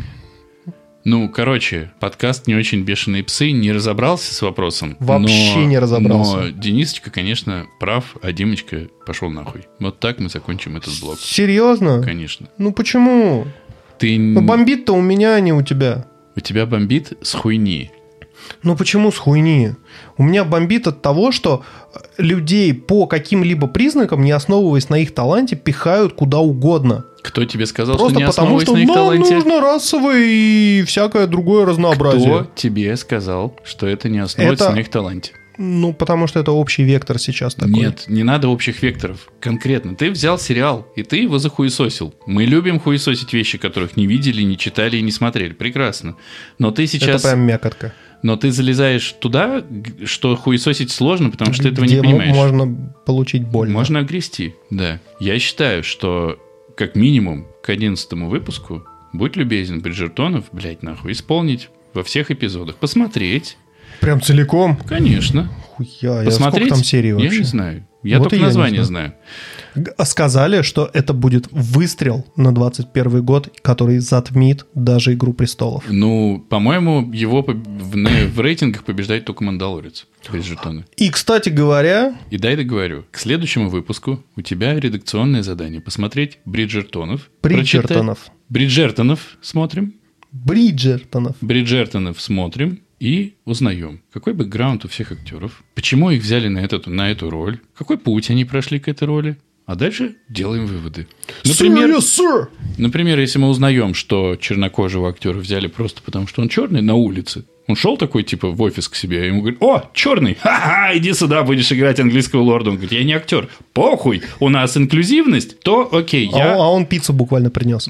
Speaker 2: Ну, короче, подкаст «Не очень бешеные псы» не разобрался с вопросом.
Speaker 1: Вообще
Speaker 2: но,
Speaker 1: не разобрался.
Speaker 2: Но Денисочка, конечно, прав, а Димочка пошел нахуй. Вот так мы закончим этот блок.
Speaker 1: Серьезно?
Speaker 2: Конечно.
Speaker 1: Ну почему?
Speaker 2: Ты...
Speaker 1: Ну бомбит-то у меня, а не у тебя.
Speaker 2: У тебя бомбит с хуйни.
Speaker 1: Ну почему с хуйни? У меня бомбит от того, что людей по каким-либо признакам, не основываясь на их таланте, пихают куда угодно.
Speaker 2: Кто тебе сказал,
Speaker 1: Просто
Speaker 2: что не
Speaker 1: потому,
Speaker 2: основываясь
Speaker 1: что
Speaker 2: на их
Speaker 1: нам
Speaker 2: таланте?
Speaker 1: нужно расовое и всякое другое разнообразие.
Speaker 2: Кто тебе сказал, что это не основывается
Speaker 1: Это-
Speaker 2: на их таланте?
Speaker 1: Ну, потому что это общий вектор сейчас такой.
Speaker 2: Нет, не надо общих векторов. Конкретно. Ты взял сериал, и ты его захуесосил. Мы любим хуесосить вещи, которых не видели, не читали и не смотрели. Прекрасно. Но ты сейчас...
Speaker 1: Это прям мякотка.
Speaker 2: Но ты залезаешь туда, г- что хуесосить сложно, потому что ты этого
Speaker 1: Где
Speaker 2: не понимаешь.
Speaker 1: мо- можно получить больно.
Speaker 2: Можно огрести, да. Я считаю, что как минимум к одиннадцатому выпуску будь любезен, Бриджертонов, блядь, нахуй, исполнить во всех эпизодах. Посмотреть,
Speaker 1: Прям целиком?
Speaker 2: конечно.
Speaker 1: Хуя, я
Speaker 2: Посмотреть.
Speaker 1: сколько там серий вообще?
Speaker 2: Я не знаю. Я
Speaker 1: Вот и
Speaker 2: только
Speaker 1: я не
Speaker 2: название
Speaker 1: знаю.
Speaker 2: знаю.
Speaker 1: Г- Сказали, что это будет выстрел на двадцать первый год, который затмит даже «Игру престолов».
Speaker 2: Ну, по-моему, его поб- в, на- в рейтингах побеждает только «Мандалорец». Бриджертоны.
Speaker 1: И, кстати говоря,
Speaker 2: И дай договорю. К следующему выпуску у тебя редакционное задание посмотреть Бриджертонов.
Speaker 1: Бриджертонов.
Speaker 2: прочитать- Бриджертонов смотрим.
Speaker 1: Бриджертонов.
Speaker 2: Бриджертонов смотрим и узнаем, какой бэкграунд у всех актеров, почему их взяли на, этот, на эту роль, какой путь они прошли к этой роли. А дальше делаем выводы. Например,
Speaker 1: Sir, yes, sir.
Speaker 2: например, если мы узнаем, что чернокожего актера взяли просто потому, что он черный на улице. Он шел такой, типа, в офис к себе, и ему говорит: о, черный, ха-ха, иди сюда, будешь играть английского лорда. Он говорит: я не актер. Похуй, у нас инклюзивность, то окей,
Speaker 1: А,
Speaker 2: я...
Speaker 1: а он пиццу буквально принес.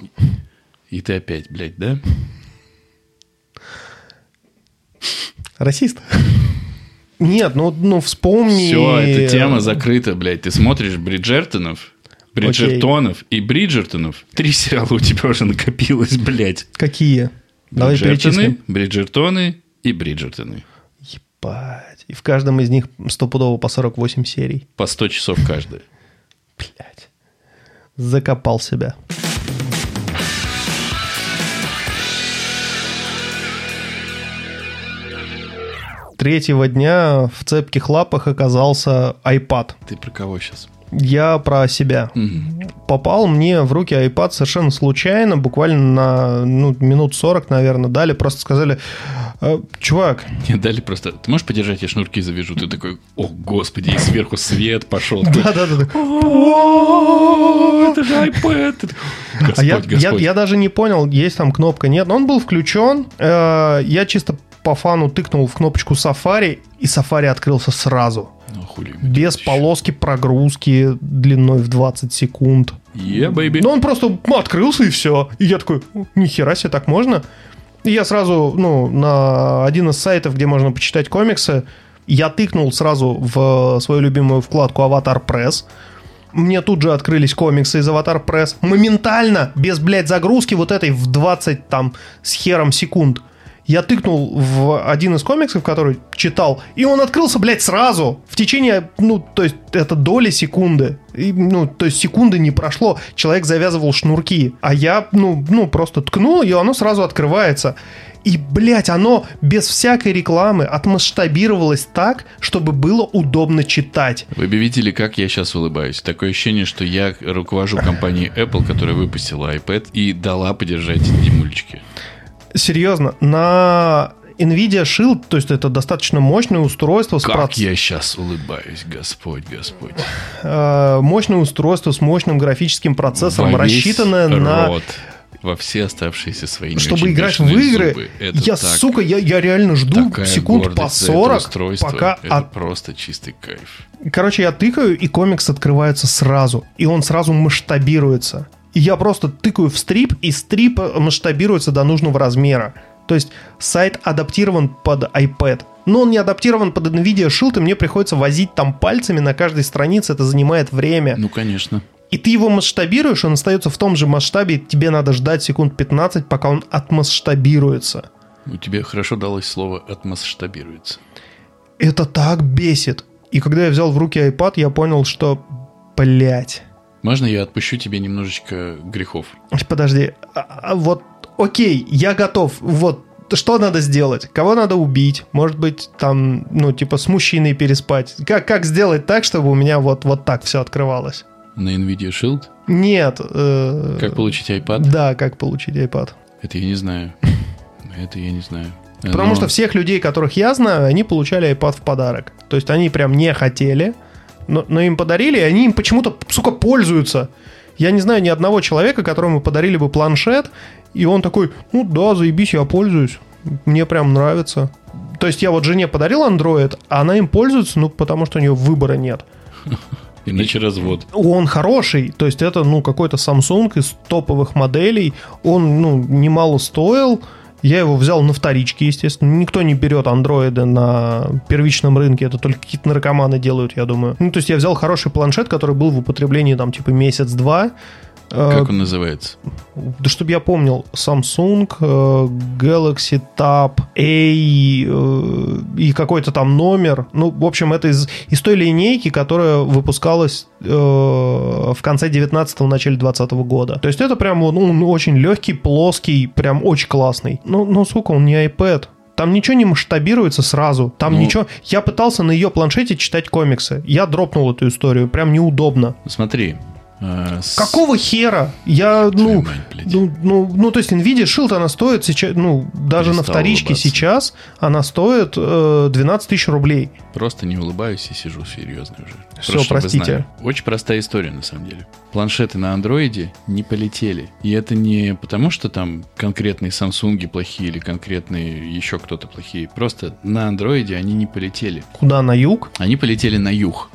Speaker 2: И ты опять, блядь, да?
Speaker 1: Расист? Нет, ну, ну вспомни...
Speaker 2: Все, эта тема закрыта, блядь. Ты смотришь Бриджертонов, Бриджертонов и Бриджертонов. Три сериала у тебя уже накопилось, блядь.
Speaker 1: Какие? Давай
Speaker 2: Бриджертоны,
Speaker 1: перечислим.
Speaker 2: Бриджертоны и Бриджертоны.
Speaker 1: Ебать. И в каждом из них стопудово по сорок восемь серий.
Speaker 2: По сто часов каждая.
Speaker 1: Блядь. Закопал себя. Третьего дня в цепких лапах оказался iPad.
Speaker 2: Ты про кого сейчас?
Speaker 1: Я про себя. Попал мне в руки iPad совершенно случайно, буквально на ну, минут сорок, наверное, дали. Просто сказали: «Э, чувак,
Speaker 2: Мне дали просто... Ты можешь подержать, я шнурки завяжу? Ты такой: о, господи, и сверху свет пошел.
Speaker 1: да-да-да.
Speaker 2: О, это же iPad.
Speaker 1: А я,
Speaker 2: Господь,
Speaker 1: я,
Speaker 2: Господь.
Speaker 1: я даже не понял, есть там кнопка, нет. Но он был включен. Э, я чисто по фану тыкнул в кнопочку Safari, и Safari открылся сразу.
Speaker 2: Ну, хули.
Speaker 1: Без полоски прогрузки длиной в двадцать секунд.
Speaker 2: Yeah, baby.
Speaker 1: Ну, он просто открылся, и все. И я такой: нихера себе, так можно? И я сразу, ну, на один из сайтов, где можно почитать комиксы, Я тыкнул сразу в свою любимую вкладку Avatar Press. Мне тут же открылись комиксы из Avatar Press. Моментально, без, блядь, загрузки вот этой в двадцать там с хером секунд. Я тыкнул в один из комиксов, который читал, и он открылся, блядь, сразу. В течение, ну, то есть, это доли секунды. И, ну, то есть, секунды не прошло. Человек завязывал шнурки. А я, ну, ну, просто ткнул, и оно сразу открывается. И, блядь, оно без всякой рекламы отмасштабировалось так, чтобы было удобно читать.
Speaker 2: Вы бы видели, как я сейчас улыбаюсь. Такое ощущение, что я руковожу компанией Apple, которая выпустила iPad и дала подержать Димулечке.
Speaker 1: Серьезно, на NVIDIA Shield, то есть это достаточно мощное устройство.
Speaker 2: Как
Speaker 1: с проц...
Speaker 2: я сейчас улыбаюсь, Господь, Господь.
Speaker 1: Э, мощное устройство с мощным графическим процессором,
Speaker 2: Во весь
Speaker 1: рассчитанное на...
Speaker 2: рот, во все оставшиеся свои не
Speaker 1: чтобы
Speaker 2: очень
Speaker 1: играть в
Speaker 2: бешеные
Speaker 1: игры.
Speaker 2: зубы. Это
Speaker 1: Я,
Speaker 2: так,
Speaker 1: сука, я, я реально жду секунд по сорок, пока...
Speaker 2: Это
Speaker 1: от...
Speaker 2: просто чистый кайф.
Speaker 1: Короче, я тыкаю, и комикс открывается сразу. И он сразу масштабируется. И я просто тыкаю в стрип, и стрип масштабируется до нужного размера. То есть сайт адаптирован под iPad. Но он не адаптирован под NVIDIA Shield, и мне приходится возить там пальцами на каждой странице. Это занимает время.
Speaker 2: Ну, конечно.
Speaker 1: И ты его масштабируешь, он остается в том же масштабе. Тебе надо ждать секунд пятнадцать, пока он отмасштабируется.
Speaker 2: Ну, тебе хорошо далось слово «отмасштабируется». Это
Speaker 1: так бесит. И когда я взял в руки iPad, я понял, что, блять...
Speaker 2: Можно я отпущу тебе немножечко грехов?
Speaker 1: Подожди, а, вот, окей, я готов. Вот, что надо сделать? Кого надо убить? Может быть, там, ну, типа, с мужчиной переспать? Как, как сделать так, чтобы у меня вот, вот так все открывалось?
Speaker 2: На NVIDIA Shield?
Speaker 1: Нет. Э,
Speaker 2: как получить iPad?
Speaker 1: Да, как получить iPad.
Speaker 2: Это я не знаю. Это я не знаю.
Speaker 1: Потому Но... что всех людей, которых я знаю, они получали iPad в подарок. То есть они прям не хотели... Но, но им подарили, и они им почему-то, сука, пользуются. Я не знаю ни одного человека, которому подарили бы планшет, и он такой, ну да, заебись, я пользуюсь. Мне прям нравится. То есть я вот жене подарил Android, а она им пользуется, ну, потому что у нее выбора нет.
Speaker 2: Иначе развод.
Speaker 1: Он хороший, то есть это, ну, какой-то Samsung из топовых моделей. Он, ну, немало стоил. Я его взял на вторичке, естественно. Никто не берет андроиды на первичном рынке. Это только какие-то наркоманы делают, я думаю. Ну, то есть я взял хороший планшет, который был в употреблении там типа месяц-два.
Speaker 2: Как он называется?
Speaker 1: Да чтобы я помнил. Samsung Galaxy Tab A и какой-то там номер. Ну, в общем, это из, из той линейки, которая выпускалась э, в конце девятнадцатого, начале двадцатого года. То есть это прям ну, очень легкий, плоский, прям очень классный. Ну, ну, сука, он не iPad. Там ничего не масштабируется сразу. Там ну, ничего... Я пытался на ее планшете читать комиксы. Я дропнул эту историю. Прям неудобно.
Speaker 2: Смотри. А, с...
Speaker 1: Какого хера? Я, ну, ну, ну, ну, то есть NVIDIA Shield, она стоит сейчас, ну, даже на вторичке улыбаться. Сейчас она стоит э, двенадцать тысяч рублей.
Speaker 2: Просто не улыбаюсь и сижу серьезно уже.
Speaker 1: Все,
Speaker 2: Просто,
Speaker 1: простите.
Speaker 2: Очень простая история, на самом деле. Планшеты на андроиде не полетели. И это не потому, что там конкретные Samsung плохие или конкретные еще кто-то плохие. Просто на андроиде они не полетели.
Speaker 1: Куда, на юг?
Speaker 2: Они полетели на юг.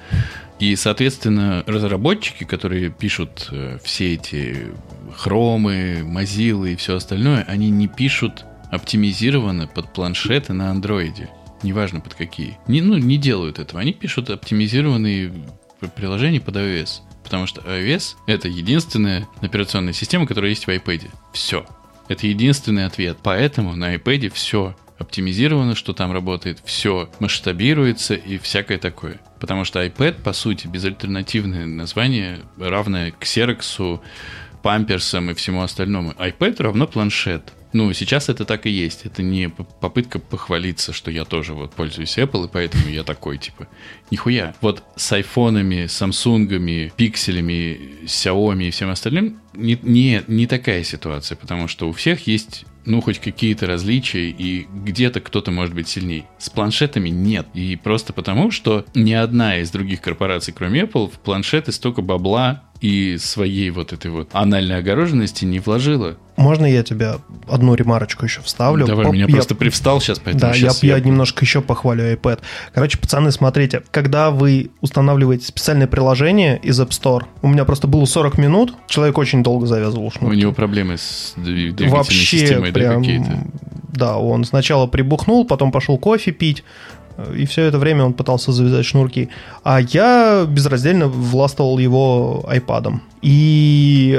Speaker 2: И, соответственно, разработчики, которые пишут э, все эти хромы, мозилы и все остальное, они не пишут оптимизированно под планшеты на андроиде. Неважно под какие. Не, ну, не делают этого. Они пишут оптимизированные приложения под iOS. Потому что iOS — это единственная операционная система, которая есть в iPad. Все. Это единственный ответ. Поэтому на iPad все оптимизировано, что там работает, все масштабируется и всякое такое. Потому что iPad, по сути, безальтернативное название, равное Xerox, памперсам и всему остальному. iPad равно планшет. Ну, сейчас это так и есть. Это не попытка похвалиться, что я тоже вот пользуюсь Apple, и поэтому я такой, типа, нихуя. Вот с айфонами, самсунгами, пикселями, Xiaomi и всем остальным не, не, не такая ситуация, потому что у всех есть, ну, хоть какие-то различия, и где-то кто-то может быть сильней. С планшетами нет. И просто потому, что ни одна из других корпораций, кроме Apple, в планшеты столько бабла и своей вот этой вот анальной огороженности не вложила.
Speaker 1: Можно я тебя одну ремарочку еще вставлю?
Speaker 2: Давай,
Speaker 1: Поп...
Speaker 2: меня
Speaker 1: я...
Speaker 2: просто привстал сейчас, поэтому
Speaker 1: да,
Speaker 2: сейчас
Speaker 1: я,
Speaker 2: я...
Speaker 1: я немножко еще похвалю iPad. Короче, пацаны, смотрите, когда вы устанавливаете специальное приложение из App Store, у меня просто было сорок минут, человек очень долго завязывал шнурки.
Speaker 2: У него проблемы с двигательной
Speaker 1: Вообще
Speaker 2: системой,
Speaker 1: прям,
Speaker 2: да, какие-то?
Speaker 1: Да, он сначала прибухнул, потом пошел кофе пить, И все это время он пытался завязать шнурки. А я безраздельно властвовал его айпадом. И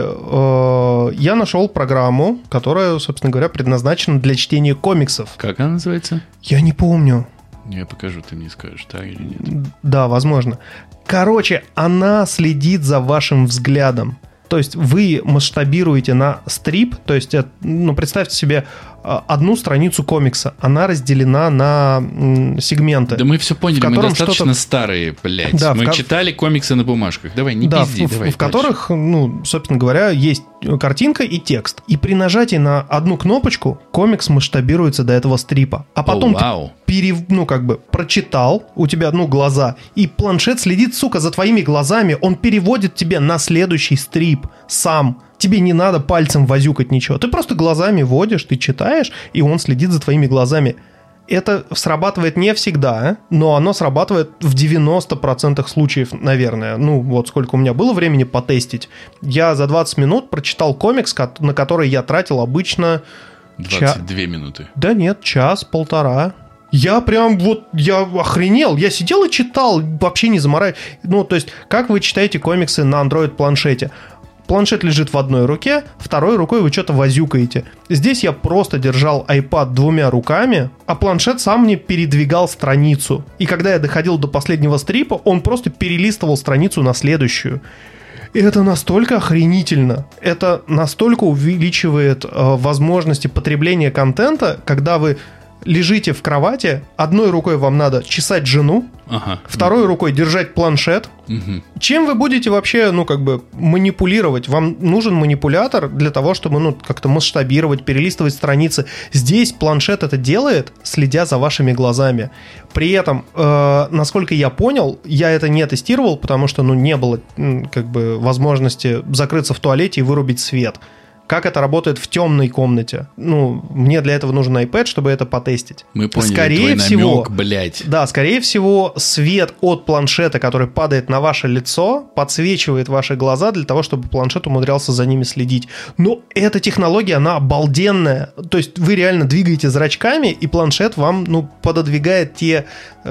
Speaker 1: э, я нашел программу, которая, собственно говоря, предназначена для чтения комиксов.
Speaker 2: Как она называется?
Speaker 1: Я не помню.
Speaker 2: Я покажу, ты мне скажешь, так или нет.
Speaker 1: Да, возможно. Короче, она следит за вашим взглядом. То есть вы масштабируете на стрип, то есть, ну, представьте себе одну страницу комикса, она разделена на м, сегменты.
Speaker 2: Да мы все поняли, мы достаточно старые, блядь. Да, мы ко... читали комиксы на бумажках. Давай, не
Speaker 1: да,
Speaker 2: пизди,
Speaker 1: в,
Speaker 2: давай.
Speaker 1: В которых, ну, собственно говоря, есть картинка и текст. И при нажатии на одну кнопочку комикс масштабируется до этого стрипа. А потом
Speaker 2: oh, wow.
Speaker 1: ты пере, ну, как бы прочитал, у тебя, ну, глаза, и планшет следит, сука, за твоими глазами, он переводит тебе на следующий стрип сам. Тебе не надо пальцем возюкать ничего. Ты просто глазами водишь, ты читаешь, и он следит за твоими глазами. Это срабатывает не всегда, но оно срабатывает в девяносто процентов случаев, наверное. Ну, вот сколько у меня было времени потестить. Я за двадцать минут прочитал комикс, на который я тратил обычно...
Speaker 2: двадцать две ча... минуты.
Speaker 1: Да нет, час-полтора. Я прям вот, я охренел. Я сидел и читал, вообще не заморая. Ну, то есть, как вы читаете комиксы на Android-планшете? Планшет лежит в одной руке, второй рукой вы что-то возюкаете. Здесь я просто держал iPad двумя руками, а планшет сам мне передвигал страницу. И когда я доходил до последнего стрипа, он просто перелистывал страницу на следующую. И это настолько охренительно. Это настолько увеличивает э, возможности потребления контента, когда вы лежите в кровати, одной рукой вам надо чесать жену, ага. второй угу. рукой держать планшет. Угу. Чем вы будете вообще, ну, как бы манипулировать? Вам нужен манипулятор для того, чтобы, ну, как-то масштабировать, перелистывать страницы. Здесь планшет это делает, следя за вашими глазами. При этом, э, насколько я понял, я это не тестировал, потому что, ну, не было, как бы, возможности закрыться в туалете и вырубить свет. Как это работает в темной комнате? Ну, мне для этого нужен iPad, чтобы это потестить.
Speaker 2: Мы поняли
Speaker 1: скорее
Speaker 2: твой
Speaker 1: всего,
Speaker 2: намек, блядь.
Speaker 1: Да, скорее всего, свет от планшета, который падает на ваше лицо, подсвечивает ваши глаза для того, чтобы планшет умудрялся за ними следить. Но эта технология, она обалденная. То есть вы реально двигаете зрачками, и планшет вам, ну, пододвигает те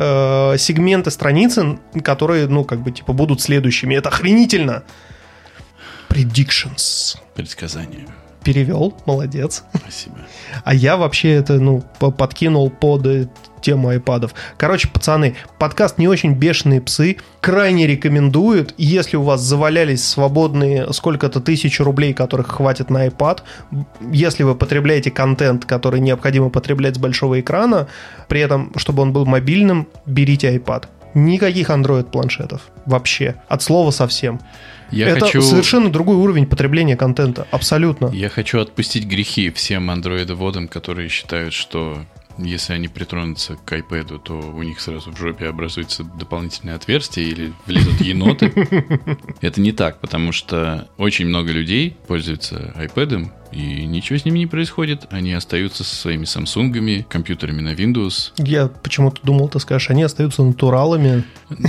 Speaker 1: э, сегменты страницы, которые, ну, как бы, типа, будут следующими. Это охренительно. Predictions.
Speaker 2: Предсказания.
Speaker 1: Перевел, молодец.
Speaker 2: Спасибо.
Speaker 1: А я вообще это, ну, подкинул под тему айпадов. Короче, пацаны, подкаст «Не очень бешеные псы» крайне рекомендуют. Если у вас завалялись свободные сколько-то тысяч рублей, которых хватит на iPad, если вы потребляете контент, который необходимо потреблять с большого экрана, при этом, чтобы он был мобильным, берите iPad. Никаких Android-планшетов. Вообще. От слова совсем.
Speaker 2: Я
Speaker 1: Это
Speaker 2: хочу...
Speaker 1: совершенно другой уровень потребления контента. Абсолютно.
Speaker 2: Я хочу отпустить грехи всем андроидоводам, которые считают, что если они притронутся к iPad, то у них сразу в жопе образуется дополнительное отверстие или влезут еноты. Это не так, потому что очень много людей пользуются iPad'ом, и ничего с ними не происходит. Они остаются со своими самсунгами, компьютерами на Windows.
Speaker 1: Я почему-то думал, ты скажешь, они остаются натуралами,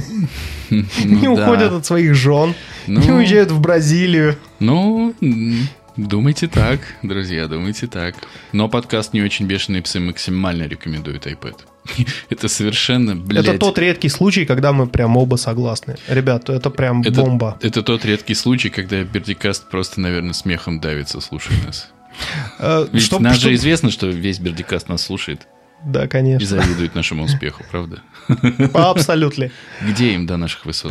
Speaker 1: не уходят от своих жен, не уезжают в Бразилию.
Speaker 2: Ну... Думайте так, друзья, думайте так. Но подкаст «Не очень бешеные псы» максимально рекомендует iPad. Это совершенно, блядь...
Speaker 1: Это тот редкий случай, когда мы прям оба согласны. Ребят, это прям
Speaker 2: это,
Speaker 1: бомба.
Speaker 2: Это тот редкий случай, когда Бердикаст просто, наверное, смехом давится, слушая нас. Ведь
Speaker 1: что,
Speaker 2: нас
Speaker 1: что...
Speaker 2: же известно, что весь Бердикаст нас слушает.
Speaker 1: Да, конечно.
Speaker 2: И завидует нашему успеху, правда?
Speaker 1: Абсолютно.
Speaker 2: Где им до наших высот?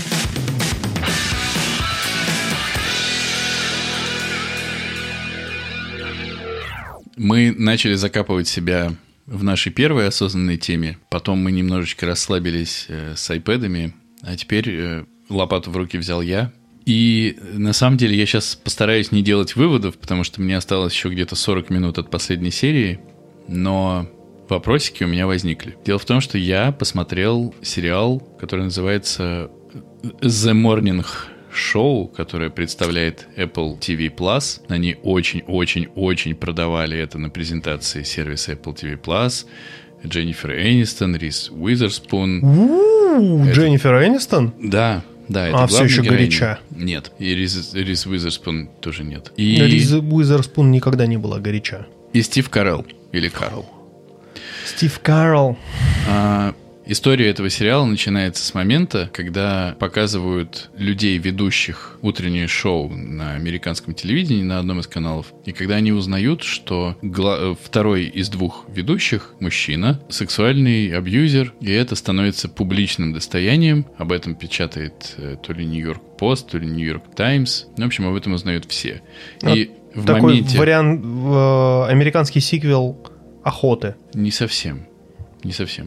Speaker 2: Мы начали закапывать себя в нашей первой осознанной теме. Потом мы немножечко расслабились э, с айпэдами. А теперь э, лопату в руки взял я. И на самом деле я сейчас постараюсь не делать выводов, потому что мне осталось еще где-то сорок минут от последней серии. Но вопросики у меня возникли. Дело в том, что я посмотрел сериал, который называется «The Morning Show», которое представляет Apple ти ви Plus. Они очень-очень-очень продавали это на презентации сервиса Apple ти ви Plus. Дженнифер Энистон, Риз Уизерспун.
Speaker 1: У-у-у, это... Дженнифер Энистон?
Speaker 2: Да, да. Это
Speaker 1: а, все еще
Speaker 2: героиня.
Speaker 1: горяча.
Speaker 2: Нет, и Риз, Риз Уизерспун тоже нет. И...
Speaker 1: Риз Уизерспун никогда не была горяча.
Speaker 2: И Стив Карелл, или Карл.
Speaker 1: Стив Карл.
Speaker 2: А, История этого сериала начинается с момента, когда показывают людей, ведущих утреннее шоу на американском телевидении на одном из каналов, и когда они узнают, что гла- второй из двух ведущих, мужчина, сексуальный абьюзер, и это становится публичным достоянием. Об этом печатает э, то ли Нью-Йорк Пост, то ли Нью-Йорк Таймс. В общем, об этом узнают все.
Speaker 1: Вот
Speaker 2: и в
Speaker 1: такой
Speaker 2: моменте...
Speaker 1: вариант, э, американский сиквел «Охоты».
Speaker 2: Не совсем. Не совсем.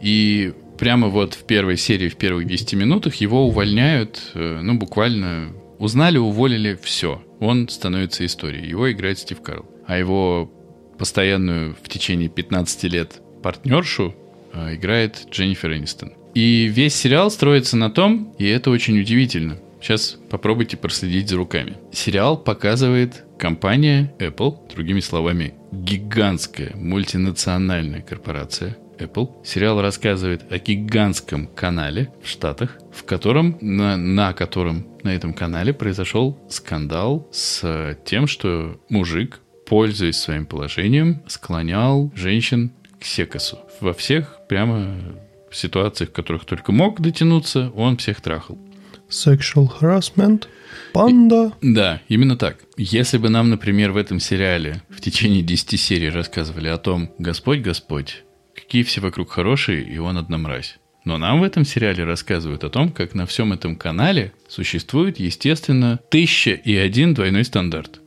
Speaker 2: И прямо вот в первой серии, в первых десяти минутах его увольняют, ну, буквально узнали, уволили, все. Он становится историей. Его играет Стив Карелл. А его постоянную в течение пятнадцати лет партнершу играет Дженнифер Энистон. И весь сериал строится на том, и это очень удивительно. Сейчас попробуйте проследить за руками. Сериал показывает компания Apple, другими словами, гигантская мультинациональная корпорация Apple. Сериал рассказывает о гигантском канале в Штатах, в котором, на, на котором, на этом канале произошел скандал с тем, что мужик, пользуясь своим положением, склонял женщин к секасу. Во всех прямо ситуациях, в которых только мог дотянуться, он всех трахал.
Speaker 1: Sexual harassment, панда.
Speaker 2: И, да, именно так. Если бы нам, например, в этом сериале в течение десяти серий рассказывали о том, Господь, Господь, какие все вокруг хорошие, и он одна мразь. Но нам в этом сериале рассказывают о том, как на всем этом канале существует, естественно, тысяча и один двойной стандарт.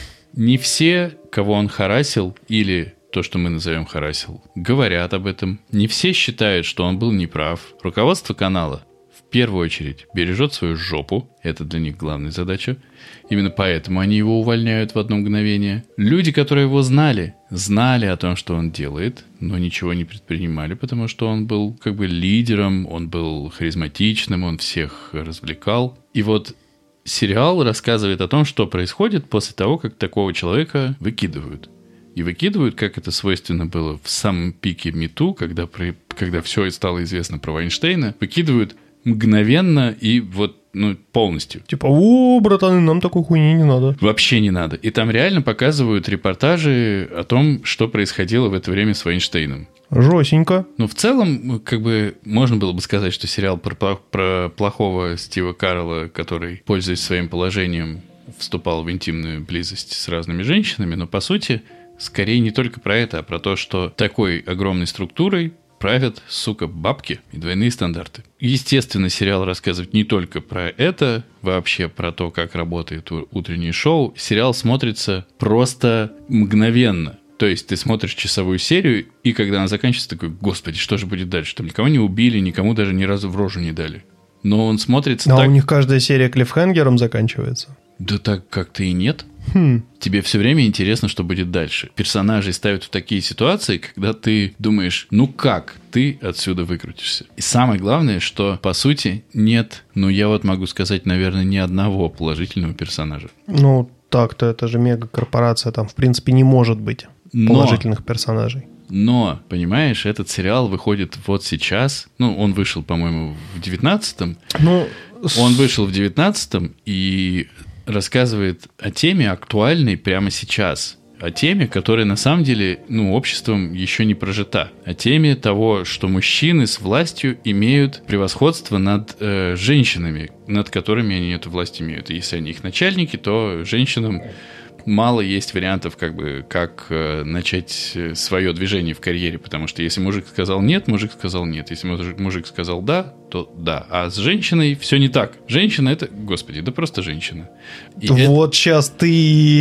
Speaker 2: Не все, кого он харасил, или то, что мы назовем харасил, говорят об этом. Не все считают, что он был неправ. Руководство канала в первую очередь бережет свою жопу. Это для них главная задача. Именно поэтому они его увольняют в одно мгновение. Люди, которые его знали, знали о том, что он делает, но ничего не предпринимали, потому что он был как бы лидером, он был харизматичным, он всех развлекал. И вот сериал рассказывает о том, что происходит после того, как такого человека выкидывают. И выкидывают, как это свойственно было в самом пике МИТУ, когда, при, когда все стало известно про Вайнштейна, выкидывают мгновенно и вот, ну, полностью.
Speaker 1: Типа, о, братаны, нам такой хуйни не надо.
Speaker 2: Вообще не надо. И там реально показывают репортажи о том, что происходило в это время с Вайнштейном.
Speaker 1: Жёстенько.
Speaker 2: Ну, в целом, как бы, можно было бы сказать, что сериал про, про плохого Стива Карелла, который, пользуясь своим положением, вступал в интимную близость с разными женщинами, но, по сути, скорее не только про это, а про то, что такой огромной структурой правят, сука, бабки и двойные стандарты. Естественно, сериал рассказывает не только про это, вообще про то, как работает утреннее шоу. Сериал смотрится просто мгновенно. То есть ты смотришь часовую серию, и когда она заканчивается, такой, господи, что же будет дальше? Там никого не убили, никому даже ни разу в рожу не дали. Но он смотрится
Speaker 1: а
Speaker 2: так...
Speaker 1: А у них каждая серия клиффхенгером заканчивается?
Speaker 2: Да так как-то и нет.
Speaker 1: Хм.
Speaker 2: Тебе все время интересно, что будет дальше. Персонажей ставят в такие ситуации, когда ты думаешь, ну как ты отсюда выкрутишься? И самое главное, что, по сути, нет, ну я вот могу сказать, наверное, ни одного положительного персонажа.
Speaker 1: Ну, так-то это же мегакорпорация, там, в принципе, не может быть
Speaker 2: Но...
Speaker 1: положительных персонажей.
Speaker 2: Но, понимаешь, этот сериал выходит вот сейчас. Ну, он вышел, по-моему, в девятнадцатом.
Speaker 1: Ну,
Speaker 2: он вышел в девятнадцатом и рассказывает о теме актуальной прямо сейчас. О теме, которая на самом деле, ну, обществом еще не прожита. О теме того, что мужчины с властью имеют превосходство над э, женщинами, над которыми они эту власть имеют. И если они их начальники, то женщинам мало есть вариантов, как бы, как э, начать свое движение в карьере, потому что если мужик сказал нет, мужик сказал нет. Если мужик, мужик сказал да, то да. А с женщиной все не так. Женщина — это, господи, да просто женщина. И
Speaker 1: вот это... сейчас ты...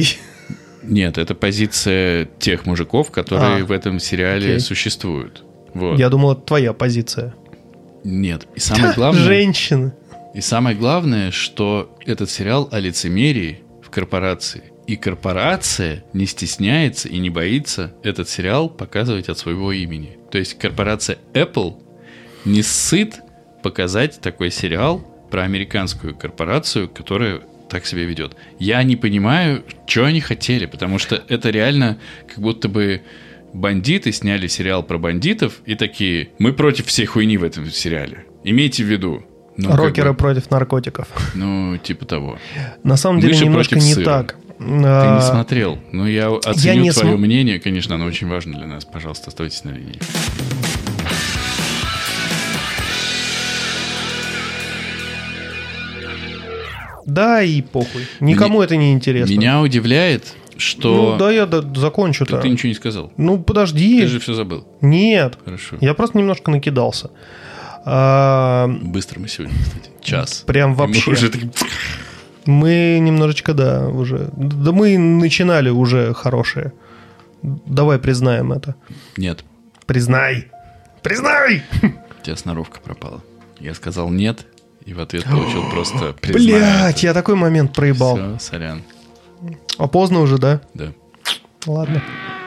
Speaker 2: Нет, это позиция тех мужиков, которые а, в этом сериале окей. существуют. Вот.
Speaker 1: Я думал, это твоя позиция.
Speaker 2: Нет. И самое главное...
Speaker 1: Женщины.
Speaker 2: И самое главное, что этот сериал о лицемерии в корпорации. И корпорация не стесняется и не боится этот сериал показывать от своего имени. То есть корпорация Apple не сыт показать такой сериал про американскую корпорацию, которая так себя ведет. Я не понимаю, что они хотели, потому что это реально как будто бы бандиты сняли сериал про бандитов и такие, мы против всей хуйни в этом сериале. Имейте в виду.
Speaker 1: Ну, рокеры как бы, против наркотиков.
Speaker 2: Ну, типа того.
Speaker 1: На самом деле
Speaker 2: Мыши
Speaker 1: немножко не
Speaker 2: сыра.
Speaker 1: так.
Speaker 2: Ты не смотрел. Но я оценю
Speaker 1: я
Speaker 2: твое
Speaker 1: см...
Speaker 2: мнение. Конечно, оно очень важно для нас. Пожалуйста, оставайтесь на линии.
Speaker 1: Да и похуй. Никому
Speaker 2: Меня-
Speaker 1: это не интересно.
Speaker 2: Меня удивляет, что...
Speaker 1: Ну да, я да- закончу-то.
Speaker 2: Ты, ты ничего не сказал.
Speaker 1: Ну подожди.
Speaker 2: Ты же все забыл.
Speaker 1: Нет.
Speaker 2: Хорошо.
Speaker 1: Я просто немножко накидался. А,
Speaker 2: Быстро мы сегодня, кстати. Час.
Speaker 1: Прям
Speaker 2: И мы
Speaker 1: вообще.
Speaker 2: уже так-
Speaker 1: Мы немножечко, да, уже... Да мы начинали уже хорошие. Давай признаем это.
Speaker 2: Нет,
Speaker 1: Признай! Признай!
Speaker 2: у тебя сноровка пропала. Я сказал нет, и в ответ получил просто признание.
Speaker 1: Блять, я такой момент проебал.
Speaker 2: Все, сорян.
Speaker 1: А поздно уже, да?
Speaker 2: Да.
Speaker 1: Ладно.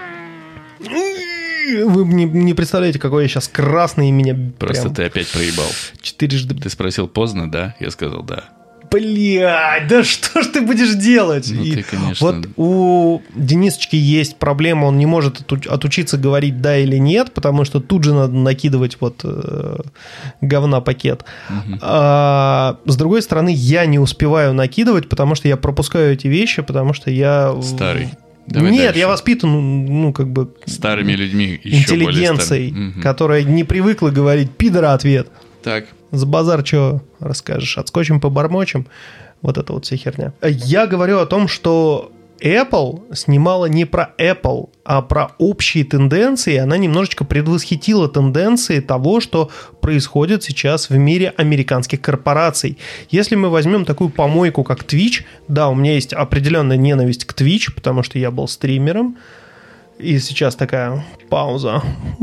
Speaker 1: Вы не, не представляете, какой я сейчас красный, и меня
Speaker 2: Просто
Speaker 1: прям
Speaker 2: ты опять проебал.
Speaker 1: четырежды...
Speaker 2: Ты спросил поздно, да? Я сказал да.
Speaker 1: Блядь, да что ж ты будешь делать?
Speaker 2: Ну,
Speaker 1: И
Speaker 2: ты, конечно.
Speaker 1: Вот у Денисочки есть проблема, он не может оту- отучиться говорить да или нет, потому что тут же надо накидывать вот э, говна пакет.
Speaker 2: Мгм.
Speaker 1: А с другой стороны, я не успеваю накидывать, потому что я пропускаю эти вещи, потому что я...
Speaker 2: Старый. Давай
Speaker 1: Нет,
Speaker 2: дальше.
Speaker 1: я воспитан, ну, как бы...
Speaker 2: Старыми людьми еще
Speaker 1: интеллигенцией,
Speaker 2: более старыми.
Speaker 1: которая не привыкла говорить пидора ответ.
Speaker 2: Так,
Speaker 1: За базар что расскажешь? Отскочим, побормочем. Вот это вот вся херня. Я говорю о том, что Apple снимала не про Apple, а про общие тенденции. Она немножечко предвосхитила тенденции того, что происходит сейчас в мире американских корпораций. Если мы возьмем такую помойку, как Twitch, да, у меня есть определенная ненависть к Twitch, потому что я был стримером. И сейчас такая пауза.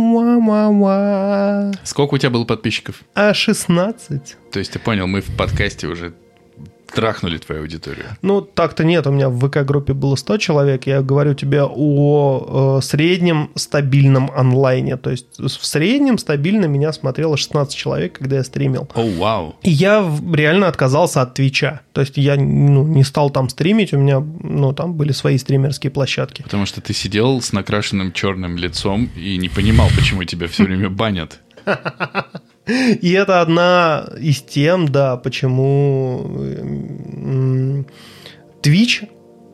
Speaker 1: Ва-ва-ва.
Speaker 2: сколько у тебя было подписчиков?
Speaker 1: А шестнадцать?
Speaker 2: То есть ты понял, мы в подкасте уже трахнули твою аудиторию.
Speaker 1: Ну, так-то нет. У меня в ВК-группе было сто человек. Я говорю тебе о э, среднем стабильном онлайне. То есть в среднем стабильно меня смотрело шестнадцать человек, когда я стримил.
Speaker 2: О, вау.
Speaker 1: И я в- реально отказался от Твича. То есть я ну, не стал там стримить. У меня ну, там были свои стримерские площадки.
Speaker 2: Потому что ты сидел с накрашенным черным лицом и не понимал, почему тебя все время банят.
Speaker 1: И это одна из тем, да, почему м, Twitch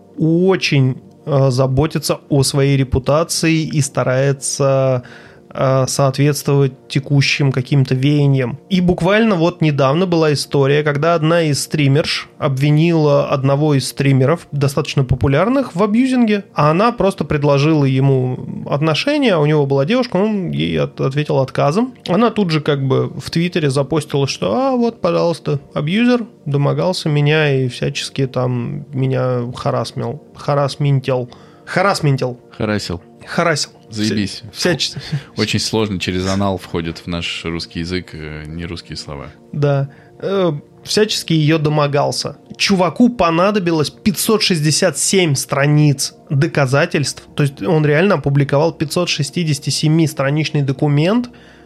Speaker 1: очень э, заботится о своей репутации и старается э, соответствовать текущим каким-то веяниям. И буквально вот недавно была история, когда одна из стримерш обвинила одного из стримеров, достаточно популярных, в абьюзинге, а она просто предложила ему отношения, у него была девушка, он ей от- ответил отказом. Она тут же как бы в Твиттере запостила, что а вот, пожалуйста, абьюзер домогался меня и всячески там меня харасмил, харасментил, харасментил,
Speaker 2: Харасил.
Speaker 1: харасил.
Speaker 2: Заебись.
Speaker 1: Всячески.
Speaker 2: Очень сложно через анал входят в наш русский язык э, нерусские слова.
Speaker 1: Да. Э, Всячески ее домогался. Чуваку понадобилось пятьсот шестьдесят семь страниц доказательств. То есть он реально опубликовал пятьсот шестьдесят семь страничный документ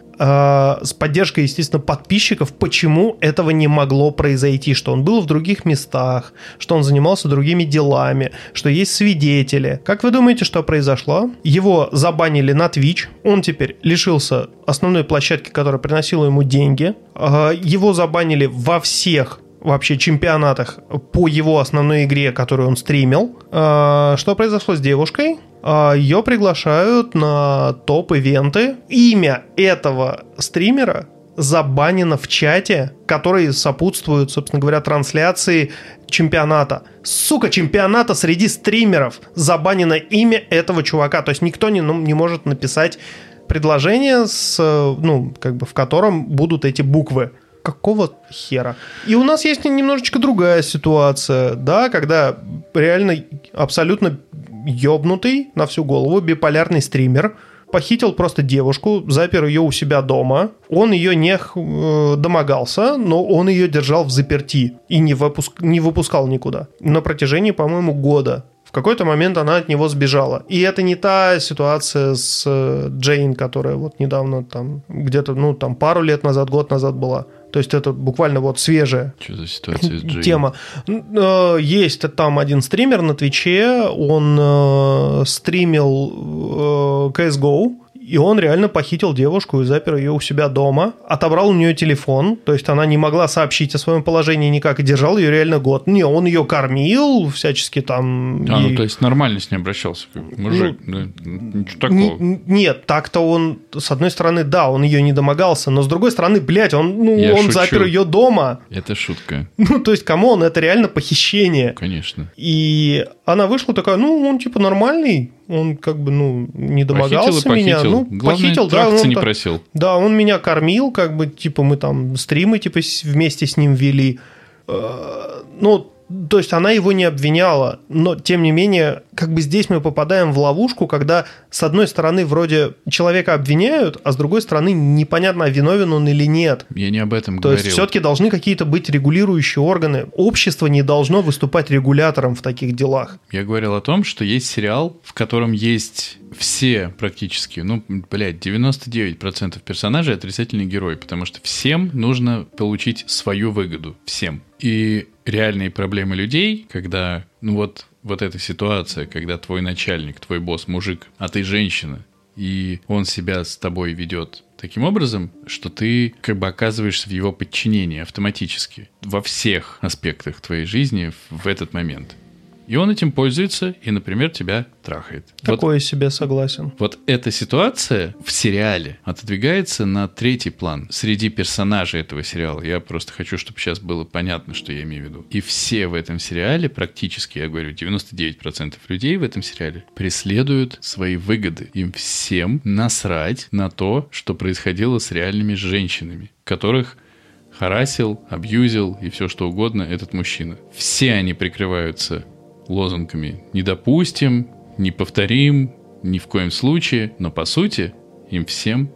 Speaker 1: э, с поддержкой, естественно, подписчиков, почему этого не могло произойти, что он был в других местах, что он занимался другими делами, что есть свидетели. Как вы думаете, что произошло? Его забанили на Twitch, он теперь лишился основной площадки, которая приносила ему деньги. Э, Его забанили во всех вообще чемпионатах по его основной игре, которую он стримил. Э, Что произошло с девушкой? Э, Ее приглашают на топ-ивенты. Имя этого стримера забанено в чате, который сопутствует, собственно говоря, трансляции чемпионата. Сука, чемпионата среди стримеров. Забанено имя этого чувака. То есть никто не, ну, не может написать предложение, с, ну, как бы в котором будут эти буквы. Какого хера? И у нас есть немножечко другая ситуация, да, когда реально абсолютно ёбнутый на всю голову биполярный стример похитил просто девушку, запер ее у себя дома. Он ее не э, домогался, но он ее держал в заперти и не, выпуск, не выпускал никуда. На протяжении, по-моему, года. В какой-то момент она от него сбежала. И это не та ситуация с э, Джейн, которая вот недавно там, где-то, ну, там пару лет назад, год назад была. То есть это буквально вот свежая
Speaker 2: Что за ситуация с Джей?
Speaker 1: тема. Э, Есть там один стример на Твиче, он э, стримил э, си эс го, И он реально похитил девушку и запер ее у себя дома, отобрал у нее телефон, то есть она не могла сообщить о своем положении никак, и держал ее реально год. Не, он ее кормил всячески там.
Speaker 2: А,
Speaker 1: и...
Speaker 2: ну то есть нормально с ней обращался, как мужик, ну, да, ничего такого.
Speaker 1: Н- нет, так-то он, с одной стороны, да, он ее не домогался, но с другой стороны, блядь, он, ну,
Speaker 2: Я
Speaker 1: он
Speaker 2: шучу.
Speaker 1: запер ее дома.
Speaker 2: Это шутка.
Speaker 1: Ну, то есть, камон, это реально похищение.
Speaker 2: Конечно.
Speaker 1: И она вышла такая, ну, он типа нормальный, он как бы, ну, не домогался
Speaker 2: Похитил и
Speaker 1: меня.
Speaker 2: похитил.
Speaker 1: Ну,
Speaker 2: Главное,
Speaker 1: похитил, да.
Speaker 2: трахаться
Speaker 1: Он,
Speaker 2: не
Speaker 1: та-
Speaker 2: просил.
Speaker 1: да, он меня кормил, как бы, типа, мы там стримы, типа, с- вместе с ним вели. Э, Ну, то есть, она его не обвиняла, но, тем не менее, как бы здесь мы попадаем в ловушку, когда, с одной стороны, вроде человека обвиняют, а с другой стороны, непонятно, виновен он или нет.
Speaker 2: Я не об этом
Speaker 1: То
Speaker 2: говорил.
Speaker 1: есть, все-таки должны какие-то быть регулирующие органы. Общество не должно выступать регулятором в таких делах.
Speaker 2: Я говорил о том, что есть сериал, в котором есть все практически, ну, блядь, девяносто девять процентов персонажей отрицательный герой, потому что всем нужно получить свою выгоду. Всем. И реальные проблемы людей, когда, ну вот, вот эта ситуация, когда твой начальник, твой босс мужик, а ты женщина, и он себя с тобой ведет таким образом, что ты как бы оказываешься в его подчинении автоматически во всех аспектах твоей жизни в этот момент. И он этим пользуется и, например, тебя трахает.
Speaker 1: Такое себе согласен.
Speaker 2: Вот эта ситуация в сериале отодвигается на третий план среди персонажей этого сериала. Я просто хочу, чтобы сейчас было понятно, что я имею в виду. И все в этом сериале, практически, я говорю, девяносто девять процентов людей в этом сериале преследуют свои выгоды. Им всем насрать на то, что происходило с реальными женщинами, которых харасил, абьюзил и все что угодно этот мужчина. Все они прикрываются лозунгами «не допустим», «не повторим», «ни в коем случае», но по сути им всем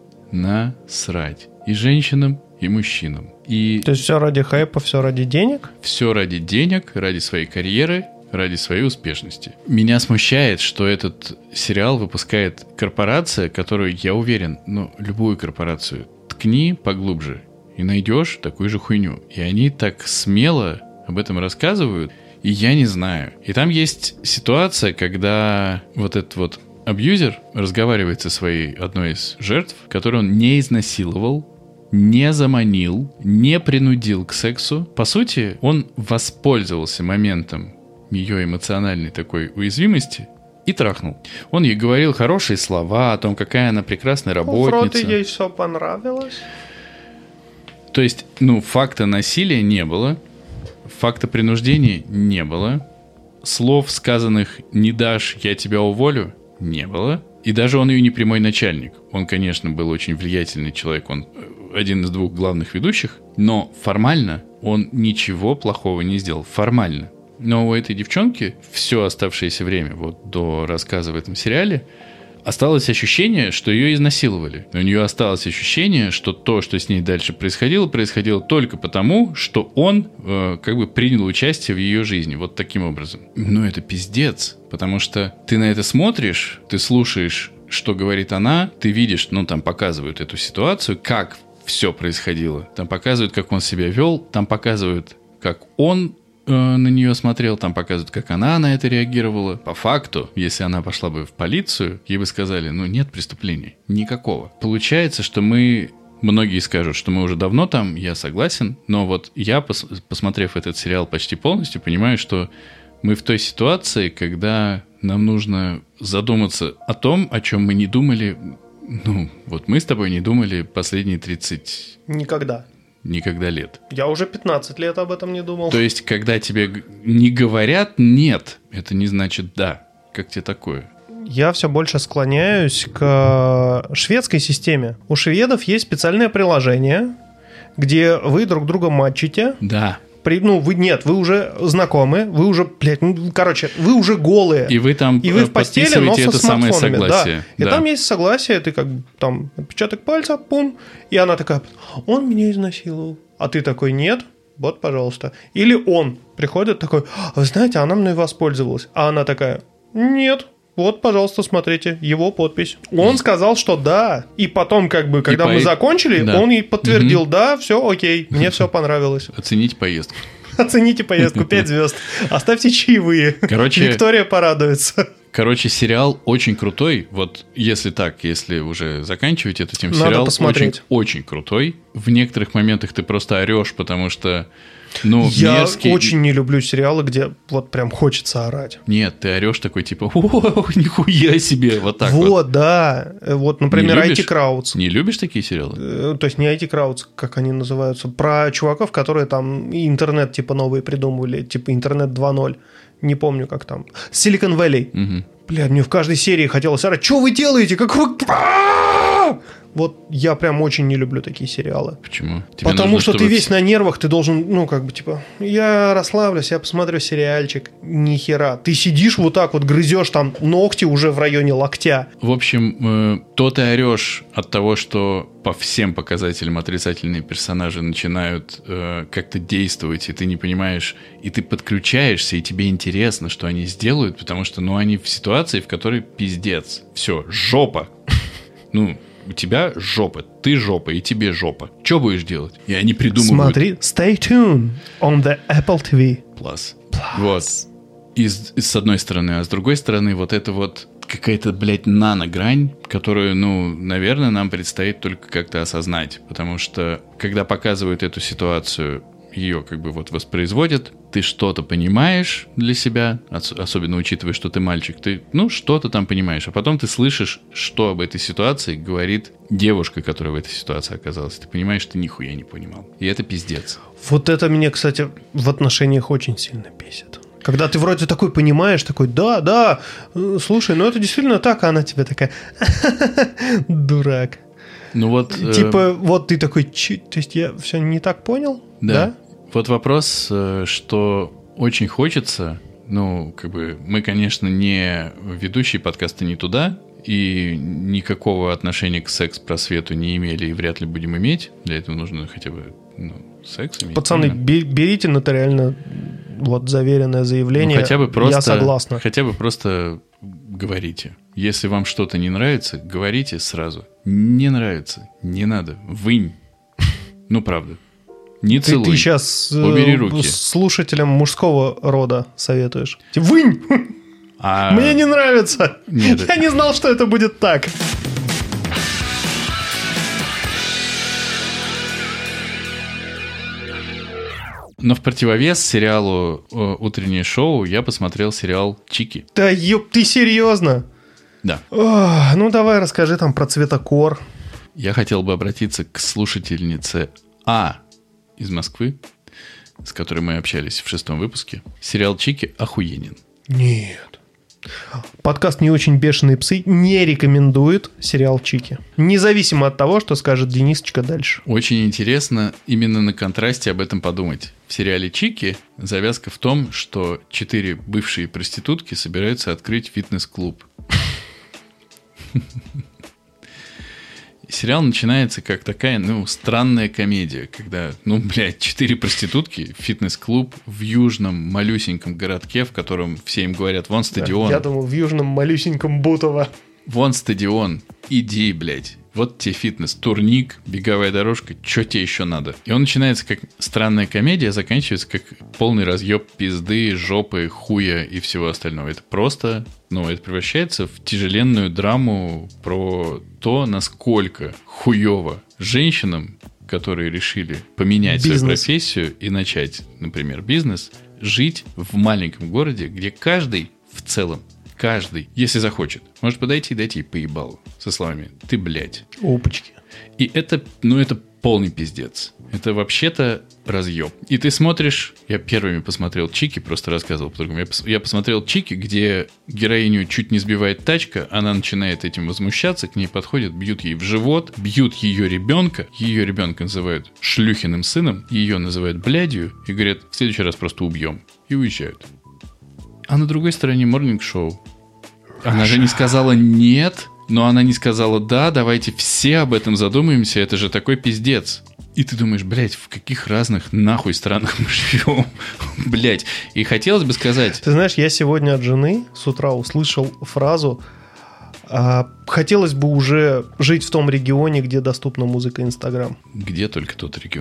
Speaker 2: насрать. И женщинам, и мужчинам. И
Speaker 1: То есть все ради хайпа, все ради денег?
Speaker 2: все ради денег, ради своей карьеры, ради своей успешности. Меня смущает, что этот сериал выпускает корпорация, которую, я уверен, ну, любую корпорацию ткни поглубже и найдешь такую же хуйню. И они так смело об этом рассказывают, и я не знаю. И там есть ситуация, когда вот этот вот абьюзер разговаривает со своей одной из жертв, которую он не изнасиловал, не заманил, не принудил к сексу. По сути, он воспользовался моментом ее эмоциональной такой уязвимости и трахнул. Он ей говорил хорошие слова о том, какая она прекрасная работница.
Speaker 1: Вроде ей все понравилось.
Speaker 2: То есть, ну, факта насилия не было, факта принуждения не было, слов, сказанных «не дашь, я тебя уволю» не было. И даже он ее не прямой начальник. Он, конечно, был очень влиятельный человек, он один из двух главных ведущих, но формально он ничего плохого не сделал. Формально. Но у этой девчонки все оставшееся время, вот до рассказа в этом сериале, осталось ощущение, что ее изнасиловали. У нее осталось ощущение, что то, что с ней дальше происходило, происходило только потому, что он э, как бы принял участие в ее жизни. Вот таким образом. Ну, это пиздец. Потому что ты на это смотришь, ты слушаешь, что говорит она, ты видишь, ну, там показывают эту ситуацию, как все происходило. Там показывают, как он себя вел, там показывают, как он на нее смотрел, там показывают, как она на это реагировала. По факту, если она пошла бы в полицию, ей бы сказали, ну, нет преступления, никакого. Получается, что мы, многие скажут, что мы уже давно там, я согласен, но вот я, пос- посмотрев этот сериал почти полностью, понимаю, что мы в той ситуации, когда нам нужно задуматься о том, о чем мы не думали, ну, вот мы с тобой не думали последние тридцать...
Speaker 1: Никогда.
Speaker 2: Никогда лет.
Speaker 1: Я уже пятнадцать лет об этом не думал.
Speaker 2: То есть, когда тебе г- не говорят «нет», это не значит «да». Как тебе такое?
Speaker 1: Я все больше склоняюсь к шведской системе. У шведов есть специальное приложение, где вы друг друга матчите.
Speaker 2: Да.
Speaker 1: При, ну, вы нет, вы уже знакомы, вы уже, блядь, ну, короче, вы уже голые.
Speaker 2: И вы там
Speaker 1: И вы в постели, но со
Speaker 2: это самое
Speaker 1: смартфонами.
Speaker 2: согласие.
Speaker 1: Да. И
Speaker 2: Да.
Speaker 1: там есть согласие, ты как бы там отпечаток пальца, пум, и она такая, он меня изнасиловал. А ты такой, нет, вот, пожалуйста. Или он приходит такой, вы знаете, она мной воспользовалась. А она такая, нет, вот, пожалуйста, смотрите, его подпись. Он сказал, что да. И потом, как бы, когда
Speaker 2: И
Speaker 1: мы
Speaker 2: по-
Speaker 1: закончили,
Speaker 2: да.
Speaker 1: он ей подтвердил,
Speaker 2: Мгм.
Speaker 1: да, все окей, мне все понравилось.
Speaker 2: Оценить поездку.
Speaker 1: Оцените поездку, пять звезд. Оставьте чаевые.
Speaker 2: Короче,
Speaker 1: Виктория порадуется.
Speaker 2: Короче, сериал очень крутой. Вот если так, если уже заканчивать эту тему,
Speaker 1: Надо
Speaker 2: сериал
Speaker 1: посмотреть.
Speaker 2: очень, очень крутой. В некоторых моментах ты просто орешь, потому что, ну,
Speaker 1: Я
Speaker 2: мерзкий...
Speaker 1: очень не люблю сериалы, где вот прям хочется орать.
Speaker 2: Нет, ты орешь такой, типа, о, нихуя себе, вот так вот.
Speaker 1: Вот, да. Вот, например,
Speaker 2: Не
Speaker 1: ай
Speaker 2: любишь?
Speaker 1: ти Crowds.
Speaker 2: Не любишь такие сериалы?
Speaker 1: Э, То есть не ай ти Crowds, как они называются, про чуваков, которые там и интернет типа новые придумывали, типа интернет два ноль. Не помню, как там. Silicon Valley.
Speaker 2: Угу.
Speaker 1: Бля, мне в каждой серии хотелось орать. Что вы делаете? Как вы... А-а-а! Вот я прям очень не люблю такие сериалы.
Speaker 2: Почему? Тебе
Speaker 1: Потому
Speaker 2: нужно,
Speaker 1: что
Speaker 2: чтобы
Speaker 1: ты весь на нервах, ты должен, ну, как бы, типа, я расслаблюсь, я посмотрю сериальчик. Ни хера. Ты сидишь вот так вот, грызешь там ногти уже в районе локтя.
Speaker 2: В общем, э, то ты орешь от того, что по всем показателям отрицательные персонажи начинают э, как-то действовать, и ты не понимаешь, и ты подключаешься, и тебе интересно, что они сделают, потому что, ну, они в ситуации, в которой пиздец. Все, жопа. Ну, у тебя жопа, ты жопа, и тебе жопа. Что будешь делать? И они придумывают...
Speaker 1: Смотри, stay tuned on the Apple ти ви.
Speaker 2: Plus. Вот. И с, и с одной стороны, а с другой стороны, вот это вот какая-то, блядь, наногрань, которую, ну, наверное, нам предстоит только как-то осознать. Потому что, когда показывают эту ситуацию, ее как бы вот воспроизводят, ты что-то понимаешь для себя, ос- особенно учитывая, что ты мальчик, ты, ну, что-то там понимаешь, а потом ты слышишь, что об этой ситуации говорит девушка, которая в этой ситуации оказалась. Ты понимаешь, что ты нихуя не понимал. И это пиздец.
Speaker 1: Вот это меня, кстати, в отношениях очень сильно бесит. Когда ты вроде такой понимаешь, такой, да, да, э, слушай, ну это действительно так, а она тебе такая, дурак.
Speaker 2: Ну вот... э,
Speaker 1: Типа, вот ты такой, «Чи- то есть я все не так понял?
Speaker 2: Да.
Speaker 1: Да?
Speaker 2: Вот вопрос, э, что очень хочется, ну, как бы, мы, конечно, не ведущие подкаста «Не туда», и никакого отношения к секс-просвету не имели и вряд ли будем иметь. Для этого нужно хотя бы, ну, секс иметь.
Speaker 1: Пацаны,
Speaker 2: правильно?
Speaker 1: бе- берите нотариально вот заверенное заявление.
Speaker 2: Ну, хотя бы просто,
Speaker 1: Я согласна.
Speaker 2: Хотя бы просто говорите. Если вам что-то не нравится, говорите сразу. Не нравится, не надо, вынь. Ну, правда. Не
Speaker 1: Ты,
Speaker 2: целуй.
Speaker 1: ты сейчас
Speaker 2: Убери руки.
Speaker 1: слушателям мужского рода советуешь. Типа, вынь!
Speaker 2: А-
Speaker 1: Мне не нравится.
Speaker 2: Нет,
Speaker 1: Я не знал, что это будет так.
Speaker 2: Но в противовес сериалу э, «Утреннее шоу» я посмотрел сериал «Чики».
Speaker 1: Да ёб, ты серьезно?
Speaker 2: Да.
Speaker 1: Ох, ну давай расскажи там про цветокор.
Speaker 2: Я хотел бы обратиться к слушательнице А из Москвы, с которой мы общались в шестом выпуске. Сериал «Чики» охуенен.
Speaker 1: Нет. Подкаст «Не очень бешеные псы» не рекомендует сериал «Чики». Независимо от того, что скажет Денисочка дальше.
Speaker 2: Очень интересно именно на контрасте об этом подумать. В сериале «Чики» завязка в том, что четыре бывшие проститутки собираются открыть фитнес-клуб. Сериал начинается как такая, ну, странная комедия, когда, ну, блядь, четыре проститутки, фитнес-клуб в южном малюсеньком городке, в котором все им говорят, вон стадион,
Speaker 1: Я думал, в южном малюсеньком Бутово.
Speaker 2: вон стадион, иди, блядь. Вот тебе фитнес, турник, беговая дорожка, что тебе еще надо? И он начинается как странная комедия, а заканчивается как полный разъеб пизды, жопы, хуя и всего остального. Это просто, ну, это превращается в тяжеленную драму про то, насколько хуево женщинам, которые решили поменять
Speaker 1: Бизнес.
Speaker 2: свою профессию и начать, например, бизнес, жить в маленьком городе, где каждый в целом, каждый, если захочет, может подойти и дать ей поебалу со словами «ты, блядь».
Speaker 1: Опачки.
Speaker 2: И это, ну, это полный пиздец. Это вообще-то разъеб. И ты смотришь... Я первыми посмотрел «Чики», просто рассказывал по-другому. Я, пос, я посмотрел «Чики», где героиню чуть не сбивает тачка, она начинает этим возмущаться, к ней подходят, бьют ей в живот, бьют ее ребенка. Ее ребенка называют шлюхиным сыном, ее называют блядью и говорят, в следующий раз просто убьем. И уезжают. А на другой стороне морнинг-шоу. Она же не сказала «нет», но она не сказала «да», давайте все об этом задумаемся, это же такой пиздец. И ты думаешь, блядь, в каких разных нахуй странах мы живем, блядь. И хотелось бы сказать...
Speaker 1: Ты знаешь, я сегодня от жены с утра услышал фразу а, «хотелось бы уже жить в том регионе, где доступна музыка Инстаграм».
Speaker 2: Где только тот регион?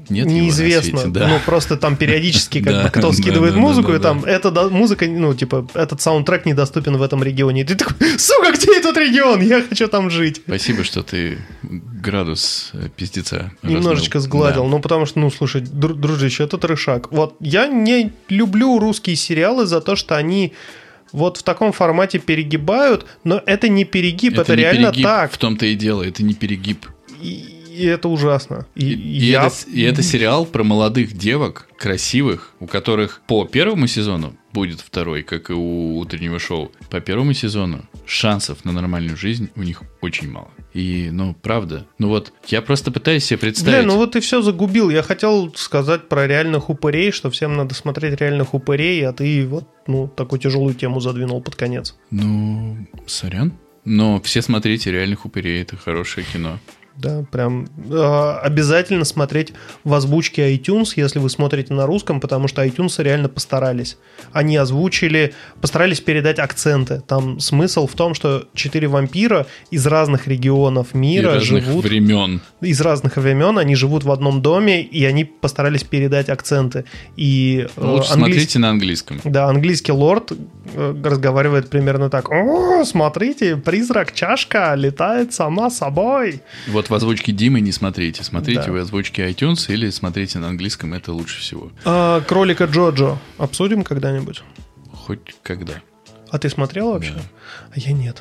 Speaker 2: Нет
Speaker 1: неизвестно.
Speaker 2: Его на свете, да.
Speaker 1: Ну, просто там периодически как
Speaker 2: Да,
Speaker 1: бы кто
Speaker 2: да,
Speaker 1: скидывает
Speaker 2: да,
Speaker 1: музыку,
Speaker 2: да,
Speaker 1: и там
Speaker 2: да.
Speaker 1: эта да, музыка, ну, типа, этот саундтрек недоступен в этом регионе. И ты такой, сука, где этот регион? Я хочу там жить.
Speaker 2: Спасибо, что ты градус э, пиздеца
Speaker 1: Немножечко
Speaker 2: размыл.
Speaker 1: сгладил.
Speaker 2: Да.
Speaker 1: Ну, потому что, ну, слушай, дру- дружище, это трешак. Вот я не люблю русские сериалы за то, что они вот в таком формате перегибают, но это не перегиб, это,
Speaker 2: Это не
Speaker 1: реально
Speaker 2: перегиб,
Speaker 1: так.
Speaker 2: в том-то и дело, это не перегиб.
Speaker 1: И, и это ужасно. И,
Speaker 2: И, и
Speaker 1: я...
Speaker 2: это, и это сериал про молодых девок, красивых, у которых по первому сезону будет второй, как и у утреннего шоу. По первому сезону шансов на нормальную жизнь у них очень мало. И, ну, правда. Ну вот, я просто пытаюсь себе представить.
Speaker 1: Бля, ну вот ты все загубил. Я хотел сказать про реальных упырей, что всем надо смотреть реальных упырей, а ты вот, ну, такую тяжелую тему задвинул под конец.
Speaker 2: Ну, сорян. Но все смотрите «Реальных упырей», это хорошее кино.
Speaker 1: Да, прям э, обязательно смотреть в озвучке iTunes, если вы смотрите на русском, потому что iTunes реально постарались. Они озвучили, постарались передать акценты. Там смысл в том, что четыре вампира из разных регионов мира
Speaker 2: и разных
Speaker 1: живут...
Speaker 2: времен.
Speaker 1: Из разных времен, они живут в одном доме, и они постарались передать акценты. И, э,
Speaker 2: Лучше
Speaker 1: английский...
Speaker 2: смотрите на английском.
Speaker 1: Да, английский лорд э, разговаривает примерно так. О, смотрите, призрак-чашка летает сама собой.
Speaker 2: Вот в озвучке Димы не смотрите. Смотрите
Speaker 1: Да.
Speaker 2: в озвучке iTunes или смотрите на английском, это лучше всего.
Speaker 1: А, кролика Джоджо обсудим когда-нибудь?
Speaker 2: Хоть когда.
Speaker 1: А ты смотрел вообще?
Speaker 2: Да.
Speaker 1: А я нет.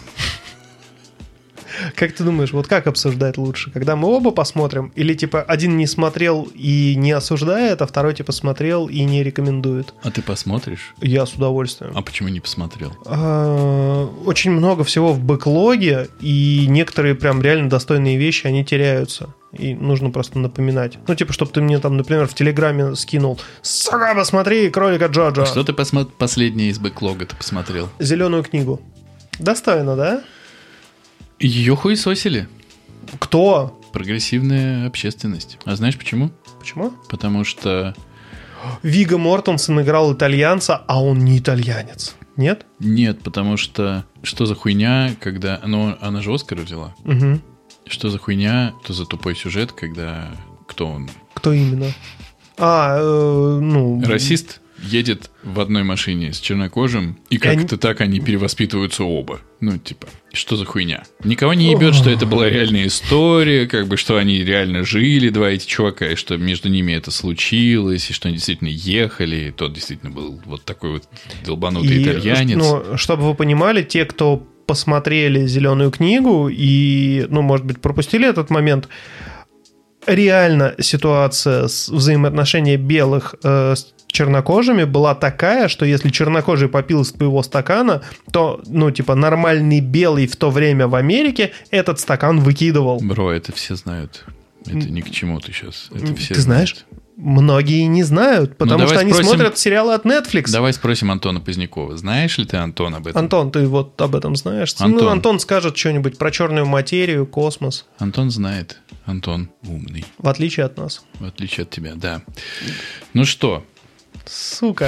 Speaker 1: Как ты думаешь, вот как обсуждать лучше? Когда мы оба посмотрим? Или типа один не смотрел и не осуждает, а второй типа смотрел и не рекомендует?
Speaker 2: А ты посмотришь?
Speaker 1: Я с удовольствием.
Speaker 2: А почему не посмотрел?
Speaker 1: А, очень много всего в бэклоге, и некоторые прям реально достойные вещи, они теряются. И нужно просто напоминать. Ну, типа, чтобы ты мне там, например, в Телеграме скинул: «Сука, посмотри, кролика Джоджо».
Speaker 2: А что ты посмо- последнее из бэклога-то посмотрел?
Speaker 1: Зеленую книгу. Достойно, да?
Speaker 2: Ее хуесосили.
Speaker 1: Кто?
Speaker 2: Прогрессивная общественность. А знаешь почему?
Speaker 1: Почему?
Speaker 2: Потому что...
Speaker 1: Виго Мортенсен играл итальянца, а он не итальянец. Нет?
Speaker 2: Нет, потому что... Что за хуйня, когда... Ну, она же Оскар взяла.
Speaker 1: Угу.
Speaker 2: Что за хуйня, то за тупой сюжет, когда... Кто он?
Speaker 1: Кто именно? А, э, ну...
Speaker 2: Расист едет в одной машине с чернокожим, и как-то так они перевоспитываются оба. Ну, типа, что за хуйня? Никого не ебет, что это была реальная история, как бы, что они реально жили, два эти чувака, и что между ними это случилось, и что они действительно ехали, и тот действительно был вот такой вот долбанутый
Speaker 1: И,
Speaker 2: итальянец.
Speaker 1: Ну, чтобы вы понимали, те, кто посмотрели «Зеленую книгу» и, ну, может быть, пропустили этот момент, реально ситуация с взаимоотношения белых э, с чернокожими была такая, что если чернокожий попил из твоего стакана, то, ну, типа, нормальный белый в то время в Америке этот стакан выкидывал.
Speaker 2: Бро, это все знают. Это ни к чему ты сейчас. Это все
Speaker 1: Ты знаешь?
Speaker 2: знают.
Speaker 1: Многие не знают, потому
Speaker 2: Ну,
Speaker 1: что
Speaker 2: давай
Speaker 1: они
Speaker 2: спросим-
Speaker 1: смотрят сериалы от Netflix.
Speaker 2: Давай спросим Антона Позднякова. Знаешь ли ты, Антон, об этом?
Speaker 1: Антон, ты вот об этом знаешь?
Speaker 2: Антон.
Speaker 1: Ну, Антон скажет что-нибудь про черную материю, космос,
Speaker 2: Антон знает. Антон умный.
Speaker 1: в отличие от нас.
Speaker 2: В отличие от тебя, да. Ну что?
Speaker 1: Сука.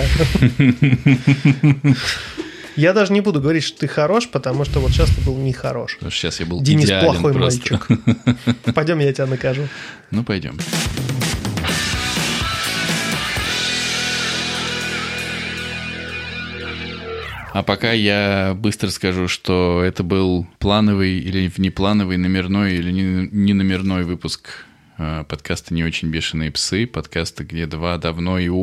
Speaker 1: Я даже не буду говорить, что ты хорош, потому что вот сейчас ты был не хорош.
Speaker 2: Потому что сейчас я был
Speaker 1: Денис
Speaker 2: идеален
Speaker 1: плохой
Speaker 2: просто.
Speaker 1: мальчик. Пойдем, я тебя накажу.
Speaker 2: Ну, пойдем. А пока я быстро скажу, что это был плановый или внеплановый, номерной или не не номерной выпуск э, подкаста «Не очень бешеные псы», подкаста, где два давно и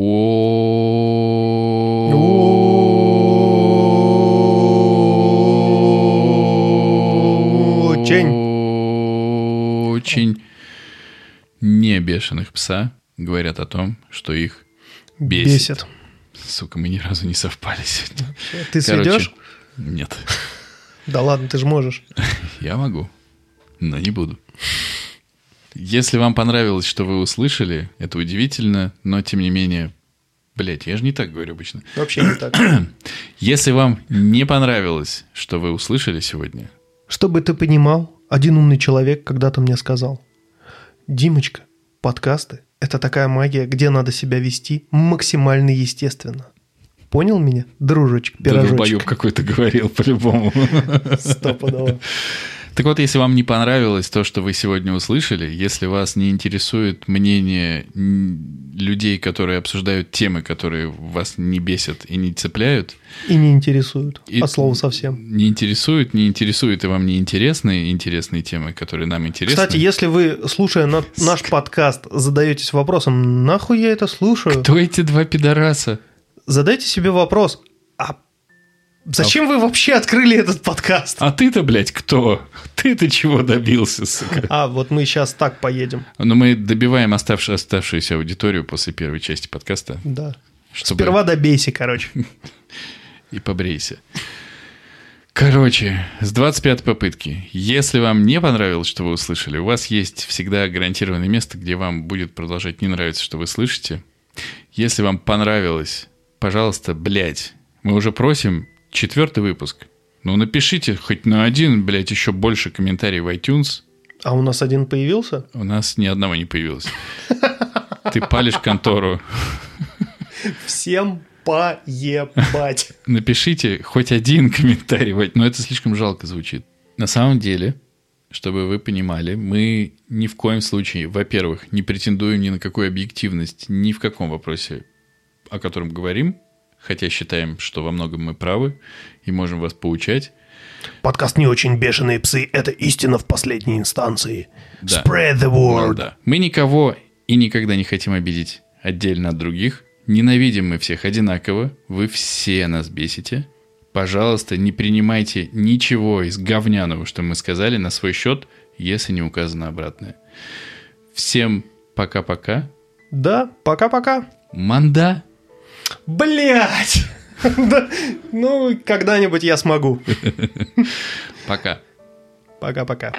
Speaker 1: Очень.
Speaker 2: очень не бешеных пса говорят о том, что их бесит.
Speaker 1: Бесит.
Speaker 2: Сука, мы ни разу не совпали сегодня.
Speaker 1: Ты сведешь?
Speaker 2: Нет.
Speaker 1: Да ладно, ты же можешь.
Speaker 2: Я могу, но не буду. Если вам понравилось, что вы услышали, это удивительно, но тем не менее... Блять, я же не так говорю обычно.
Speaker 1: Вообще не так.
Speaker 2: Если вам не понравилось, что вы услышали сегодня...
Speaker 1: Чтобы ты понимал, один умный человек когда-то мне сказал: Димочка, подкасты – это такая магия, где надо себя вести максимально естественно. Понял меня, дружочек,
Speaker 2: Да долбоёб
Speaker 1: пирожочек?
Speaker 2: какой-то говорил по-любому.
Speaker 1: Стопудово.
Speaker 2: Так вот, если вам не понравилось то, что вы сегодня услышали, если вас не интересует мнение людей, которые обсуждают темы, которые вас не бесят и не цепляют...
Speaker 1: И не интересуют, и от слова совсем.
Speaker 2: Не интересуют, не интересуют, и вам не интересны интересные темы, которые нам интересны.
Speaker 1: Кстати, если вы, слушая на наш подкаст, задаетесь вопросом, нахуй я это слушаю?
Speaker 2: Кто эти два пидораса?
Speaker 1: Задайте себе вопрос, а зачем а... вы вообще открыли этот подкаст?
Speaker 2: А ты-то, блядь, кто? Ты-то чего добился, сука?
Speaker 1: А, вот мы сейчас так поедем.
Speaker 2: Но мы добиваем оставшую, оставшуюся аудиторию после первой части подкаста.
Speaker 1: Да.
Speaker 2: Чтобы...
Speaker 1: Сперва добейся, короче.
Speaker 2: И побрейся. Короче, с двадцать пятой попытки. Если вам не понравилось, что вы услышали, у вас есть всегда гарантированное место, где вам будет продолжать не нравиться, что вы слышите. Если вам понравилось, пожалуйста, блядь, мы уже просим четвертый выпуск. Ну, напишите хоть на один, блядь, еще больше комментариев в iTunes.
Speaker 1: А у нас один появился?
Speaker 2: У нас ни одного не появилось. Ты палишь контору.
Speaker 1: Всем поебать.
Speaker 2: Напишите хоть один комментарий, но это слишком жалко звучит. На самом деле, чтобы вы понимали, мы ни в коем случае, во-первых, не претендуем ни на какую объективность, ни в каком вопросе, о котором говорим, хотя считаем, что во многом мы правы и можем вас поучать.
Speaker 1: Подкаст «Не очень бешеные псы» — это истина в последней инстанции.
Speaker 2: Да.
Speaker 1: Spread the word.
Speaker 2: Ну, да. Мы никого и никогда не хотим обидеть отдельно от других. Ненавидим мы всех одинаково. Вы все нас бесите. Пожалуйста, не принимайте ничего из говняного, что мы сказали, на свой счет, если не указано обратное. Всем пока-пока.
Speaker 1: Да, пока-пока.
Speaker 2: Манда.
Speaker 1: Блять! Ну, когда-нибудь я смогу.
Speaker 2: Пока.
Speaker 1: Пока-пока.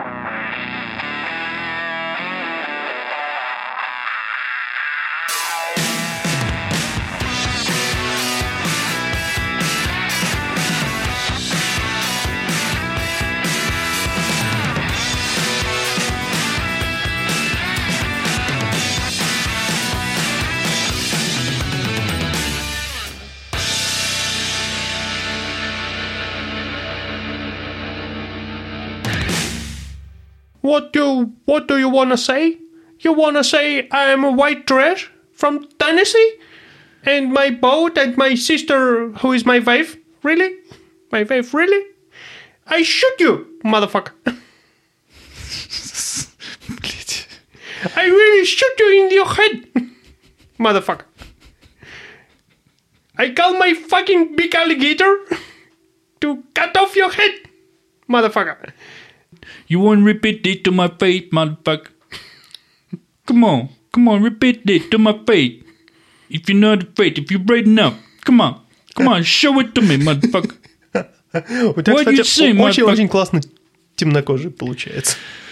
Speaker 1: What do what do you wanna say? You wanna say I'm a white trash from Tennessee? And my boat and my sister, who is my wife? Really? My wife, really? I shoot you, motherfucker.
Speaker 2: Блять.
Speaker 1: I really shoot you in your head, motherfucker. I call my fucking big alligator to cut off your head, motherfucker.
Speaker 2: You won't repeat it to my face, motherfucker. Come on. Come on, repeat it to my face. If you're not afraid, if you're brave enough. Come on. Come on, show it to me, motherfucker.
Speaker 1: У тебя, кстати, очень-очень классно темнокожий получается.